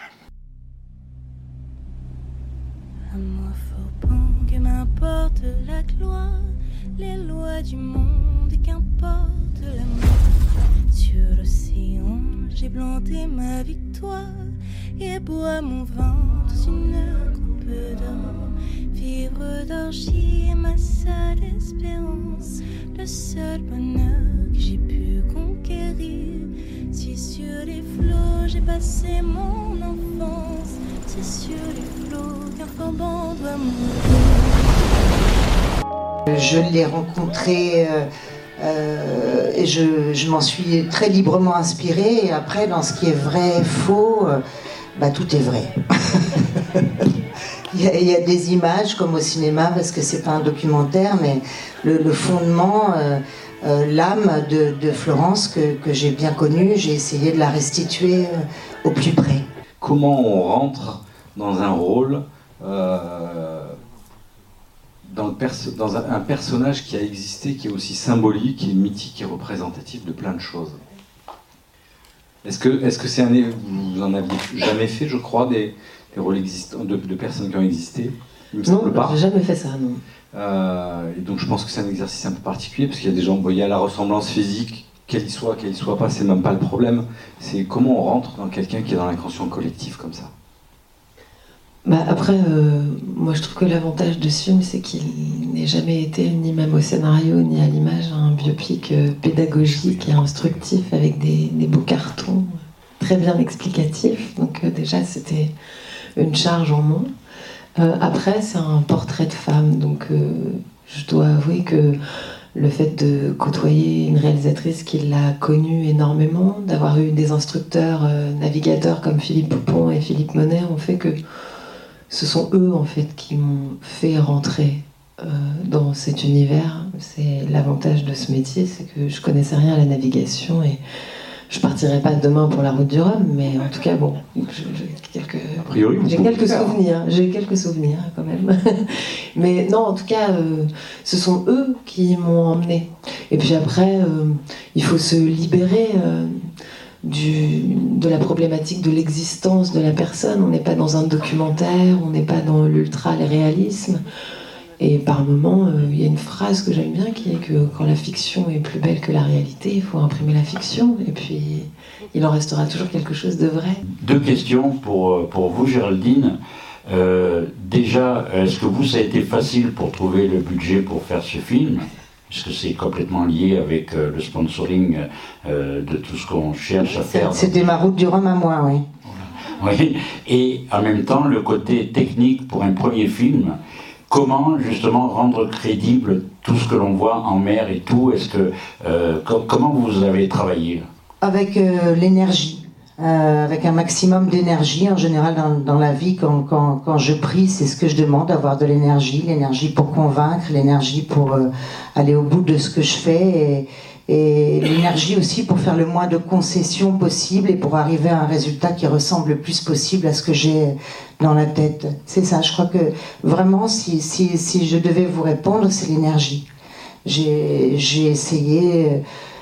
Qu'importe la gloire, les lois du monde, qu'importe l'amour. Sur l'océan, j'ai planté ma victoire et bois mon vin dans une coupe d'or. Vivre d'orgie est ma seule espérance, le seul bonheur que j'ai pu conquérir. Si sur les flots j'ai passé mon enfance, c'est sur les flots qu'un forban doit mourir. Je l'ai rencontré et je m'en suis très librement inspirée. Et après, dans ce qui est vrai, faux, tout est vrai. Il y a des images comme au cinéma, parce que c'est pas un documentaire, mais le fondement, l'âme de Florence que j'ai bien connue, j'ai essayé de la restituer au plus près. Comment on rentre dans un rôle dans un personnage qui a existé, qui est aussi symbolique, qui est mythique et représentatif de plein de choses. Est-ce que c'est vous en aviez jamais fait, je crois, des rôles existants de personnes qui ont existé? Il me semble pas. Non, j'ai jamais fait ça, non. Et donc je pense que c'est un exercice un peu particulier, parce qu'il y a des gens, il y a la ressemblance physique, qu'elle y soit pas, c'est même pas le problème. C'est comment on rentre dans quelqu'un qui est dans l'inconscient collectif comme ça. Après, moi je trouve que l'avantage de ce film, c'est qu'il n'ait jamais été, ni même au scénario, ni à l'image, un biopic pédagogique et instructif avec des beaux cartons très bien explicatifs. Donc déjà, c'était une charge en moins. Après, c'est un portrait de femme, donc je dois avouer que le fait de côtoyer une réalisatrice qui l'a connue énormément, d'avoir eu des instructeurs navigateurs comme Philippe Poupon et Philippe Monet, ont fait que ce sont eux en fait qui m'ont fait rentrer dans cet univers. C'est l'avantage de ce métier, c'est que je connaissais rien à la navigation et Je partirai pas demain pour la route du Rhum, mais en tout cas, bon, j'ai quelques souvenirs quand même. Mais non, en tout cas, ce sont eux qui m'ont emmené. Et puis après, il faut se libérer de la problématique de l'existence de la personne. On n'est pas dans un documentaire, on n'est pas dans l'ultra-réalisme. Et par moments, il y a une phrase que j'aime bien qui est que quand la fiction est plus belle que la réalité, il faut imprimer la fiction. Et puis, il en restera toujours quelque chose de vrai. 2 questions pour vous, Géraldine. Déjà, est-ce que ça a été facile pour trouver le budget pour faire ce film ? Puisque c'est complètement lié avec le sponsoring de tout ce qu'on cherche à faire. C'était ma route du Rhum à moi, oui. Oui, et en même temps, le côté technique pour un premier film, comment justement rendre crédible tout ce que l'on voit en mer et tout, comment vous avez travaillé ? Avec l'énergie. Avec un maximum d'énergie. En général, dans la vie, quand je prie, c'est ce que je demande, avoir de l'énergie pour convaincre, l'énergie pour aller au bout de ce que je fais, et l'énergie aussi pour faire le moins de concessions possible et pour arriver à un résultat qui ressemble le plus possible à ce que j'ai dans la tête. C'est ça, je crois que vraiment, si je devais vous répondre, c'est l'énergie. J'ai essayé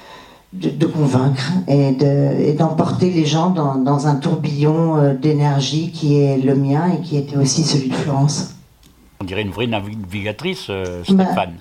de convaincre et d'emporter les gens dans un tourbillon d'énergie qui est le mien et qui était aussi celui de Florence. On dirait une vraie navigatrice, Stéphane.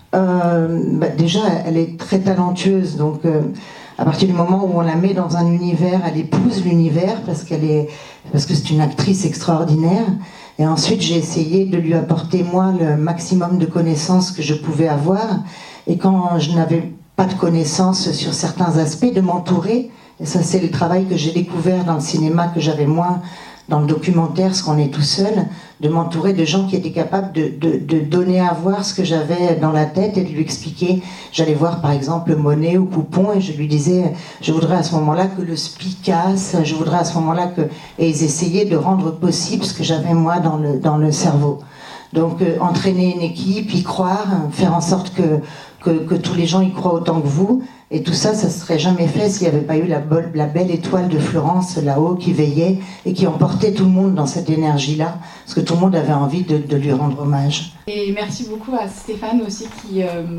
Déjà, elle est très talentueuse, donc à partir du moment où on la met dans un univers, elle épouse l'univers parce que c'est une actrice extraordinaire. Et ensuite, j'ai essayé de lui apporter, moi, le maximum de connaissances que je pouvais avoir. Et quand je n'avais pas de connaissances sur certains aspects, de m'entourer. Et ça, c'est le travail que j'ai découvert dans le cinéma, que j'avais moins dans le documentaire, parce qu'on est tout seul, de m'entourer de gens qui étaient capables de donner à voir ce que j'avais dans la tête et de lui expliquer. J'allais voir par exemple Monet ou Poupon et je lui disais, je voudrais à ce moment-là que le spi casse, je voudrais à ce moment-là que... Et ils essayaient de rendre possible ce que j'avais moi dans le cerveau. Donc entraîner une équipe, y croire, faire en sorte que tous les gens y croient autant que vous. Et tout ça, ça ne serait jamais fait s'il n'y avait pas eu la belle étoile de Florence là-haut qui veillait et qui emportait tout le monde dans cette énergie-là, parce que tout le monde avait envie de lui rendre hommage. Et merci beaucoup à Stéphane aussi qui...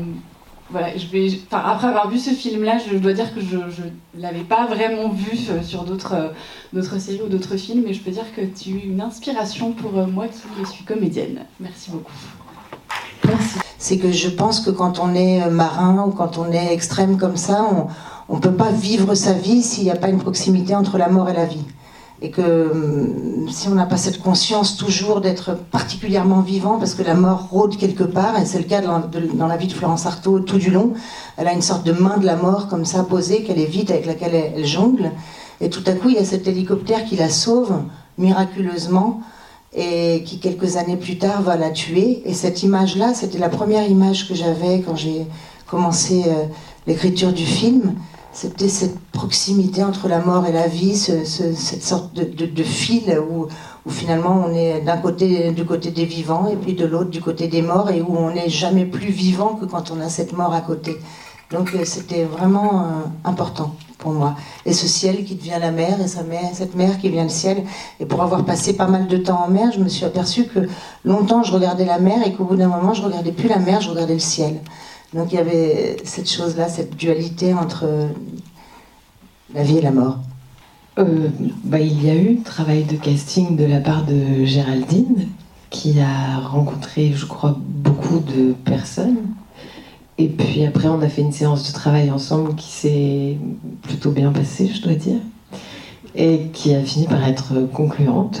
après avoir vu ce film-là, je dois dire que je ne l'avais pas vraiment vu sur d'autres séries ou d'autres films, mais je peux dire que tu es une inspiration pour moi qui suis comédienne. Merci beaucoup. Merci. C'est que je pense que quand on est marin ou quand on est extrême comme ça, on ne peut pas vivre sa vie s'il n'y a pas une proximité entre la mort et la vie. Et que si on n'a pas cette conscience toujours d'être particulièrement vivant, parce que la mort rôde quelque part, et c'est le cas dans la vie de Florence Artaud tout du long, elle a une sorte de main de la mort comme ça posée, qu'elle évite, avec laquelle elle jongle, et tout à coup il y a cet hélicoptère qui la sauve miraculeusement, et qui quelques années plus tard va la tuer. Et cette image-là, c'était la première image que j'avais quand j'ai commencé l'écriture du film. C'était cette proximité entre la mort et la vie, cette sorte de fil où finalement on est d'un côté du côté des vivants et puis de l'autre du côté des morts, et où on n'est jamais plus vivant que quand on a cette mort à côté. Donc c'était vraiment important pour moi. Et ce ciel qui devient la mer, et cette mer qui devient le ciel. Et pour avoir passé pas mal de temps en mer, je me suis aperçue que longtemps je regardais la mer et qu'au bout d'un moment je regardais plus la mer, je regardais le ciel. Donc il y avait cette chose-là, cette dualité entre la vie et la mort. Il y a eu travail de casting de la part de Géraldine, qui a rencontré, je crois, beaucoup de personnes. Et puis après, on a fait une séance de travail ensemble qui s'est plutôt bien passée, je dois dire, et qui a fini par être concluante.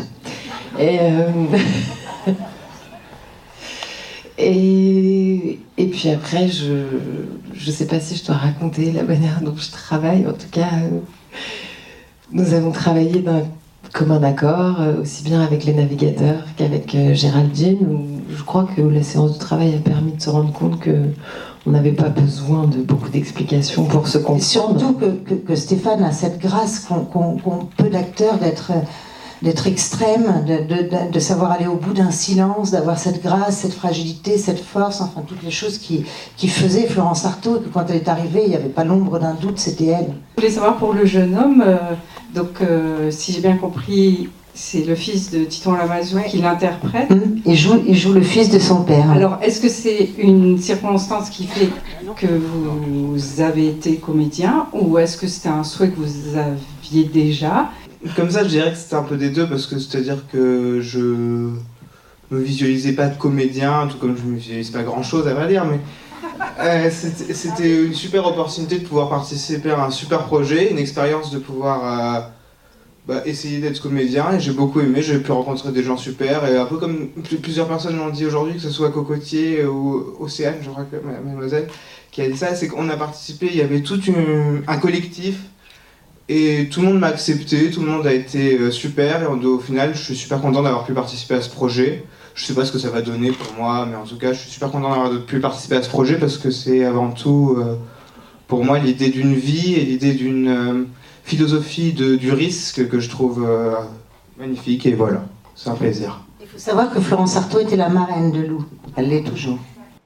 Et puis après, je sais pas si je dois raconter la manière dont je travaille. En tout cas, nous avons travaillé d'un commun accord, aussi bien avec les navigateurs qu'avec Géraldine, où je crois que la séance de travail a permis de se rendre compte qu'on n'avait pas besoin de beaucoup d'explications pour se comprendre. Et surtout que Stéphane a cette grâce qu'ont peu d'acteurs d'être extrême, de savoir aller au bout d'un silence, d'avoir cette grâce, cette fragilité, cette force, enfin toutes les choses qui faisaient Florence Artaud, et que quand elle est arrivée, il n'y avait pas l'ombre d'un doute, c'était elle. Je voulais savoir pour le jeune homme, si j'ai bien compris, c'est le fils de Titon Lamazou qui l'interprète. Il joue le fils de son père. Alors, est-ce que c'est une circonstance qui fait que vous avez été comédien, ou est-ce que c'était un souhait que vous aviez déjà? Comme ça, je dirais que c'était un peu des deux, parce que c'est-à-dire que je me visualisais pas de comédien, tout comme je me visualise pas grand-chose à vrai dire, mais c'était une super opportunité de pouvoir participer à un super projet, une expérience de pouvoir essayer d'être comédien, et j'ai beaucoup aimé, j'ai pu rencontrer des gens super, et un peu comme plusieurs personnes l'ont dit aujourd'hui, que ce soit Cocotier ou Océane, je crois que mademoiselle, qui a dit ça, c'est qu'on a participé, il y avait tout un collectif, et tout le monde m'a accepté, tout le monde a été super, et au final je suis super content d'avoir pu participer à ce projet. Je sais pas ce que ça va donner pour moi, mais en tout cas je suis super content d'avoir pu participer à ce projet, parce que c'est avant tout pour moi l'idée d'une vie et l'idée d'une philosophie du risque que je trouve magnifique, et voilà, c'est un plaisir. Il faut savoir que Florence Artaud était la marraine de Lou, elle l'est toujours.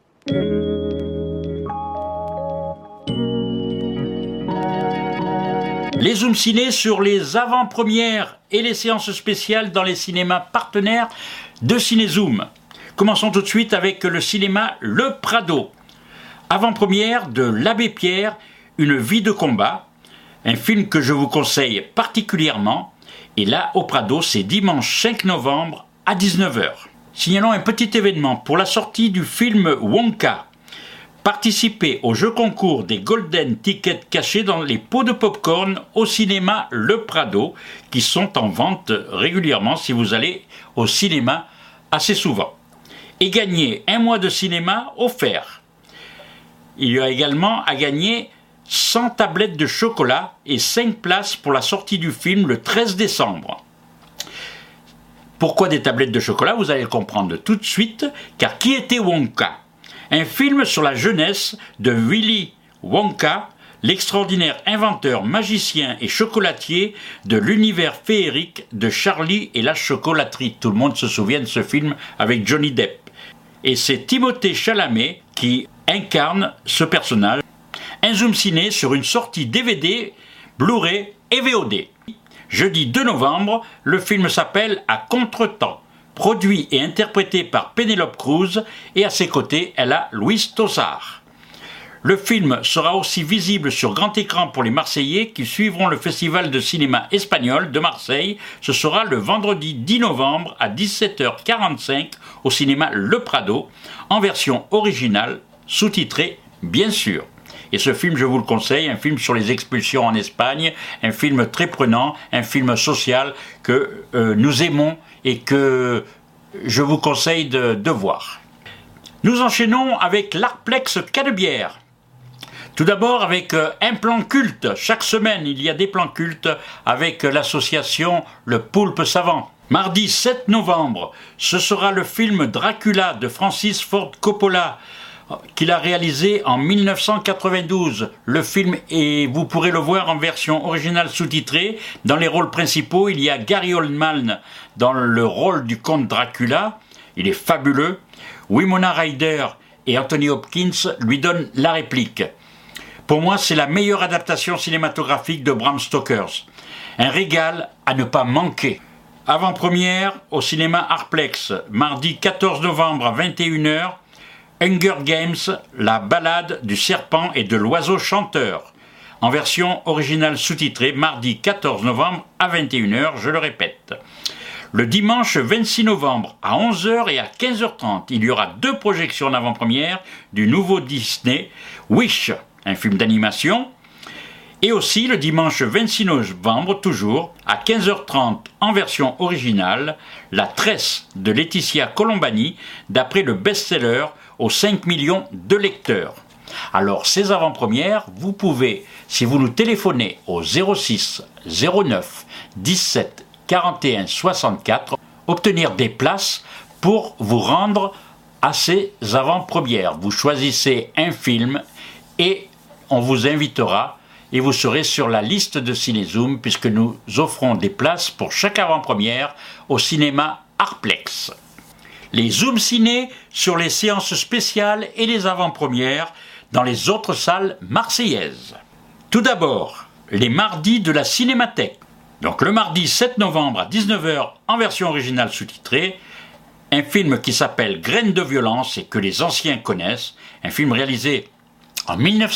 Les Zooms Ciné sur les avant-premières et les séances spéciales dans les cinémas partenaires de Cinézoom. Commençons tout de suite avec le cinéma Le Prado. Avant-première de L'Abbé Pierre, une vie de combat. Un film que je vous conseille particulièrement. Et là, au Prado, c'est dimanche 5 novembre à 19h. Signalons un petit événement pour la sortie du film Wonka. Participez au jeu concours des Golden Tickets cachés dans les pots de popcorn au cinéma Le Prado, qui sont en vente régulièrement si vous allez au cinéma assez souvent. Et gagnez un mois de cinéma offert. Il y a également à gagner 100 tablettes de chocolat et 5 places pour la sortie du film le 13 décembre. Pourquoi des tablettes de chocolat? Vous allez le comprendre tout de suite, car qui était Wonka? Un film sur la jeunesse de Willy Wonka, l'extraordinaire inventeur, magicien et chocolatier de l'univers féerique de Charlie et la chocolaterie. Tout le monde se souvient de ce film avec Johnny Depp. Et c'est Timothée Chalamet qui incarne ce personnage. Un zoom ciné sur une sortie DVD, Blu-ray et VOD. Jeudi 2 novembre, le film s'appelle À Contretemps. Produit et interprété par Penélope Cruz, et à ses côtés, elle a Luis Tosar. Le film sera aussi visible sur grand écran pour les Marseillais qui suivront le Festival de cinéma espagnol de Marseille. Ce sera le vendredi 10 novembre à 17h45 au cinéma Le Prado, en version originale, sous-titrée bien sûr. Et ce film, je vous le conseille, un film sur les expulsions en Espagne, un film très prenant, un film social que nous aimons et que je vous conseille de voir. Nous enchaînons avec l'Artplex Canebière. Tout d'abord avec un plan culte. Chaque semaine, il y a des plans cultes avec l'association Le Poulpe Savant. Mardi 7 novembre, ce sera le film Dracula de Francis Ford Coppola, qu'il a réalisé en 1992. Le film, et vous pourrez le voir en version originale sous-titrée. Dans les rôles principaux, il y a Gary Oldman dans le rôle du comte Dracula. Il est fabuleux. Winona Ryder et Anthony Hopkins lui donnent la réplique. Pour moi, c'est la meilleure adaptation cinématographique de Bram Stoker. Un régal à ne pas manquer. Avant-première au cinéma Artplex, mardi 14 novembre à 21h. Hunger Games, la ballade du serpent et de l'oiseau chanteur, en version originale sous-titrée, mardi 14 novembre à 21h, je le répète. Le dimanche 26 novembre à 11h et à 15h30, il y aura 2 projections en avant-première du nouveau Disney, Wish, un film d'animation, et aussi le dimanche 26 novembre, toujours, à 15h30 en version originale, La Tresse de Laetitia Colombani, d'après le best-seller aux 5 millions de lecteurs. Alors, ces avant-premières, vous pouvez, si vous nous téléphonez au 06 09 17 41 64, obtenir des places pour vous rendre à ces avant-premières. Vous choisissez un film et on vous invitera et vous serez sur la liste de Cinézoom puisque nous offrons des places pour chaque avant-première au cinéma Artplex. Les Zooms Ciné sur les séances spéciales et les avant-premières dans les autres salles marseillaises. Tout d'abord, les mardis de la Cinémathèque. Donc le mardi 7 novembre à 19h en version originale sous-titrée, un film qui s'appelle Graines de violence et que les anciens connaissent, un film réalisé en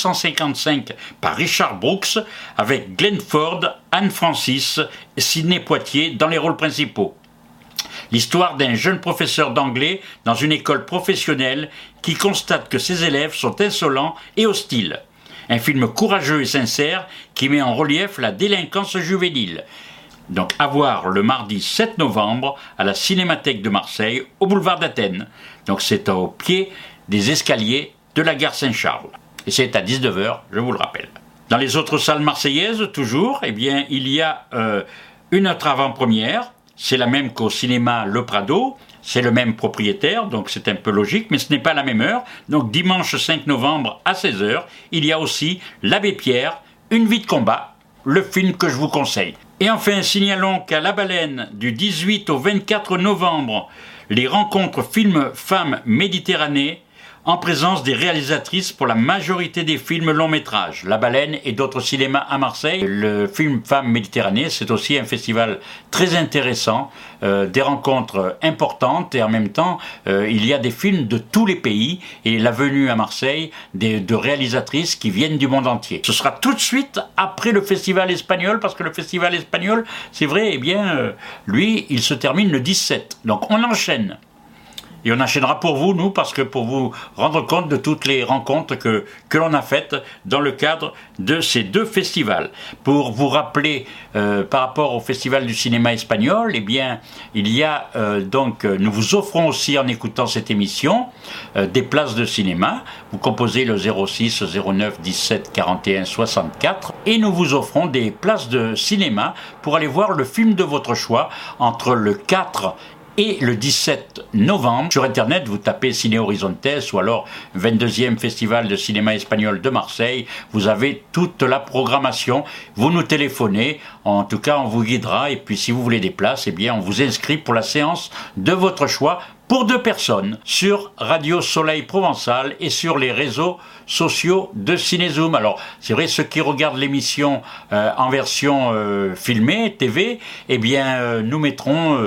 1955 par Richard Brooks avec Glenn Ford, Anne Francis et Sidney Poitier dans les rôles principaux. L'histoire d'un jeune professeur d'anglais dans une école professionnelle qui constate que ses élèves sont insolents et hostiles. Un film courageux et sincère qui met en relief la délinquance juvénile. Donc à voir le mardi 7 novembre à la Cinémathèque de Marseille, au boulevard d'Athènes. Donc c'est au pied des escaliers de la gare Saint-Charles. Et c'est à 19h, je vous le rappelle. Dans les autres salles marseillaises, toujours, eh bien, il y a une autre avant-première. C'est la même qu'au cinéma Le Prado. C'est le même propriétaire, donc c'est un peu logique, mais ce n'est pas la même heure. Donc dimanche 5 novembre à 16h, il y a aussi L'Abbé Pierre, Une vie de combat, le film que je vous conseille. Et enfin, signalons qu'à La Baleine, du 18 au 24 novembre, les rencontres films-femmes Méditerranée, en présence des réalisatrices pour la majorité des films longs métrages. La Baleine et d'autres cinémas à Marseille. Le film Femmes Méditerranée, c'est aussi un festival très intéressant, des rencontres importantes et en même temps, il y a des films de tous les pays et la venue à Marseille de réalisatrices qui viennent du monde entier. Ce sera tout de suite après le festival espagnol, parce que le festival espagnol, c'est vrai, eh bien, lui, il se termine le 17. Donc on enchaîne. Et on enchaînera pour vous, nous, parce que pour vous rendre compte de toutes les rencontres que l'on a faites dans le cadre de ces deux festivals. Pour vous rappeler, par rapport au Festival du cinéma espagnol, eh bien, il y a donc, nous vous offrons aussi, en écoutant cette émission, des places de cinéma. Vous composez le 06 09 17 41 64 et nous vous offrons des places de cinéma pour aller voir le film de votre choix entre le 4 et le 17 novembre, sur Internet, vous tapez Ciné Horizontes ou alors 22e Festival de cinéma espagnol de Marseille. Vous avez toute la programmation. Vous nous téléphonez. En tout cas, on vous guidera. Et puis, si vous voulez des places, eh bien, on vous inscrit pour la séance de votre choix pour 2 personnes sur Radio Soleil Provençal et sur les réseaux sociaux de Cinézoom. Alors, c'est vrai, ceux qui regardent l'émission en version filmée, TV, eh bien, nous mettrons...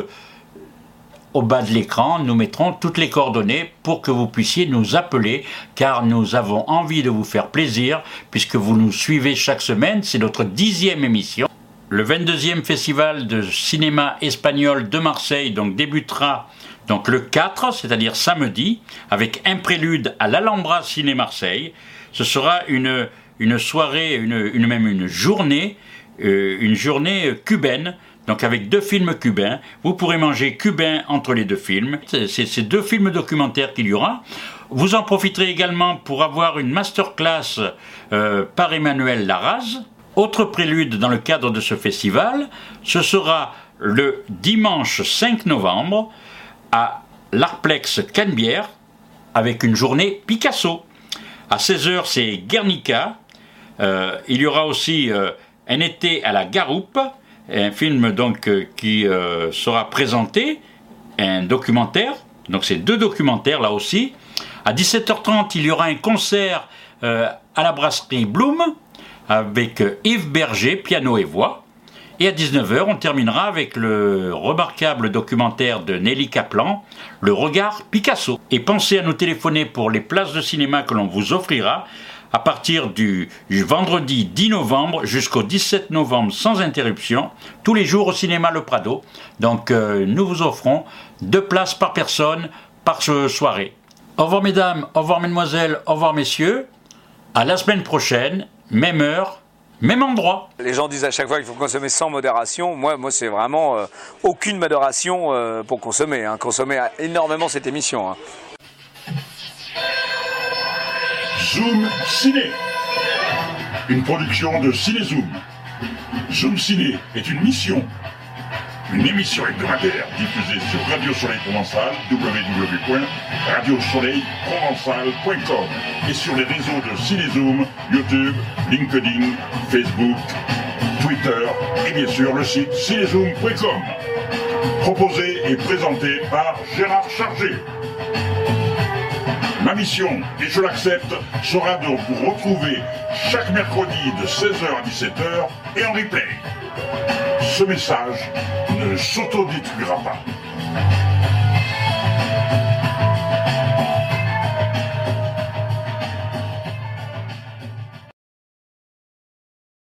au bas de l'écran, nous mettrons toutes les coordonnées pour que vous puissiez nous appeler, car nous avons envie de vous faire plaisir, puisque vous nous suivez chaque semaine, c'est notre 10e émission. Le 22e Festival de cinéma espagnol de Marseille donc, débutera donc, le 4, c'est-à-dire samedi, avec un prélude à l'Alhambra Ciné Marseille. Ce sera une soirée, même une journée cubaine, donc avec 2 films cubains. Vous pourrez manger cubain entre les 2 films. C'est 2 films documentaires qu'il y aura. Vous en profiterez également pour avoir une masterclass par Emmanuel Larraz. Autre prélude dans le cadre de ce festival, ce sera le dimanche 5 novembre à l'Artplex Canebière avec une journée Picasso. À 16h, c'est Guernica. Il y aura aussi Un été à la Garoupe, un film donc qui sera présenté, un documentaire, donc c'est 2 documentaires là aussi. À 17h30, il y aura un concert à la brasserie Bloom avec Yves Berger, piano et voix. Et à 19h, on terminera avec le remarquable documentaire de Nelly Kaplan, Le regard Picasso. Et pensez à nous téléphoner pour les places de cinéma que l'on vous offrira à partir du vendredi 10 novembre jusqu'au 17 novembre sans interruption, tous les jours au cinéma Le Prado. Donc nous vous offrons 2 places par personne par soirée. Au revoir mesdames, au revoir mesdemoiselles, au revoir messieurs. À la semaine prochaine, même heure, même endroit. Les gens disent à chaque fois qu'il faut consommer sans modération. Moi c'est vraiment aucune modération pour consommer. Hein. Consommer énormément cette émission. Hein. Zoom Ciné, une production de Cinézoom. Zoom Ciné est une mission une émission hebdomadaire diffusée sur Radio Soleil Provençal, www.radiosoleilprovençal.com et sur les réseaux de Cinézoom, YouTube, LinkedIn, Facebook, Twitter et bien sûr le site cinézoom.com. Proposé et présenté par Gérard Chargé. Ma mission, et je l'accepte, sera de vous retrouver chaque mercredi de 16h à 17h et en replay. Ce message ne s'autodétruira pas.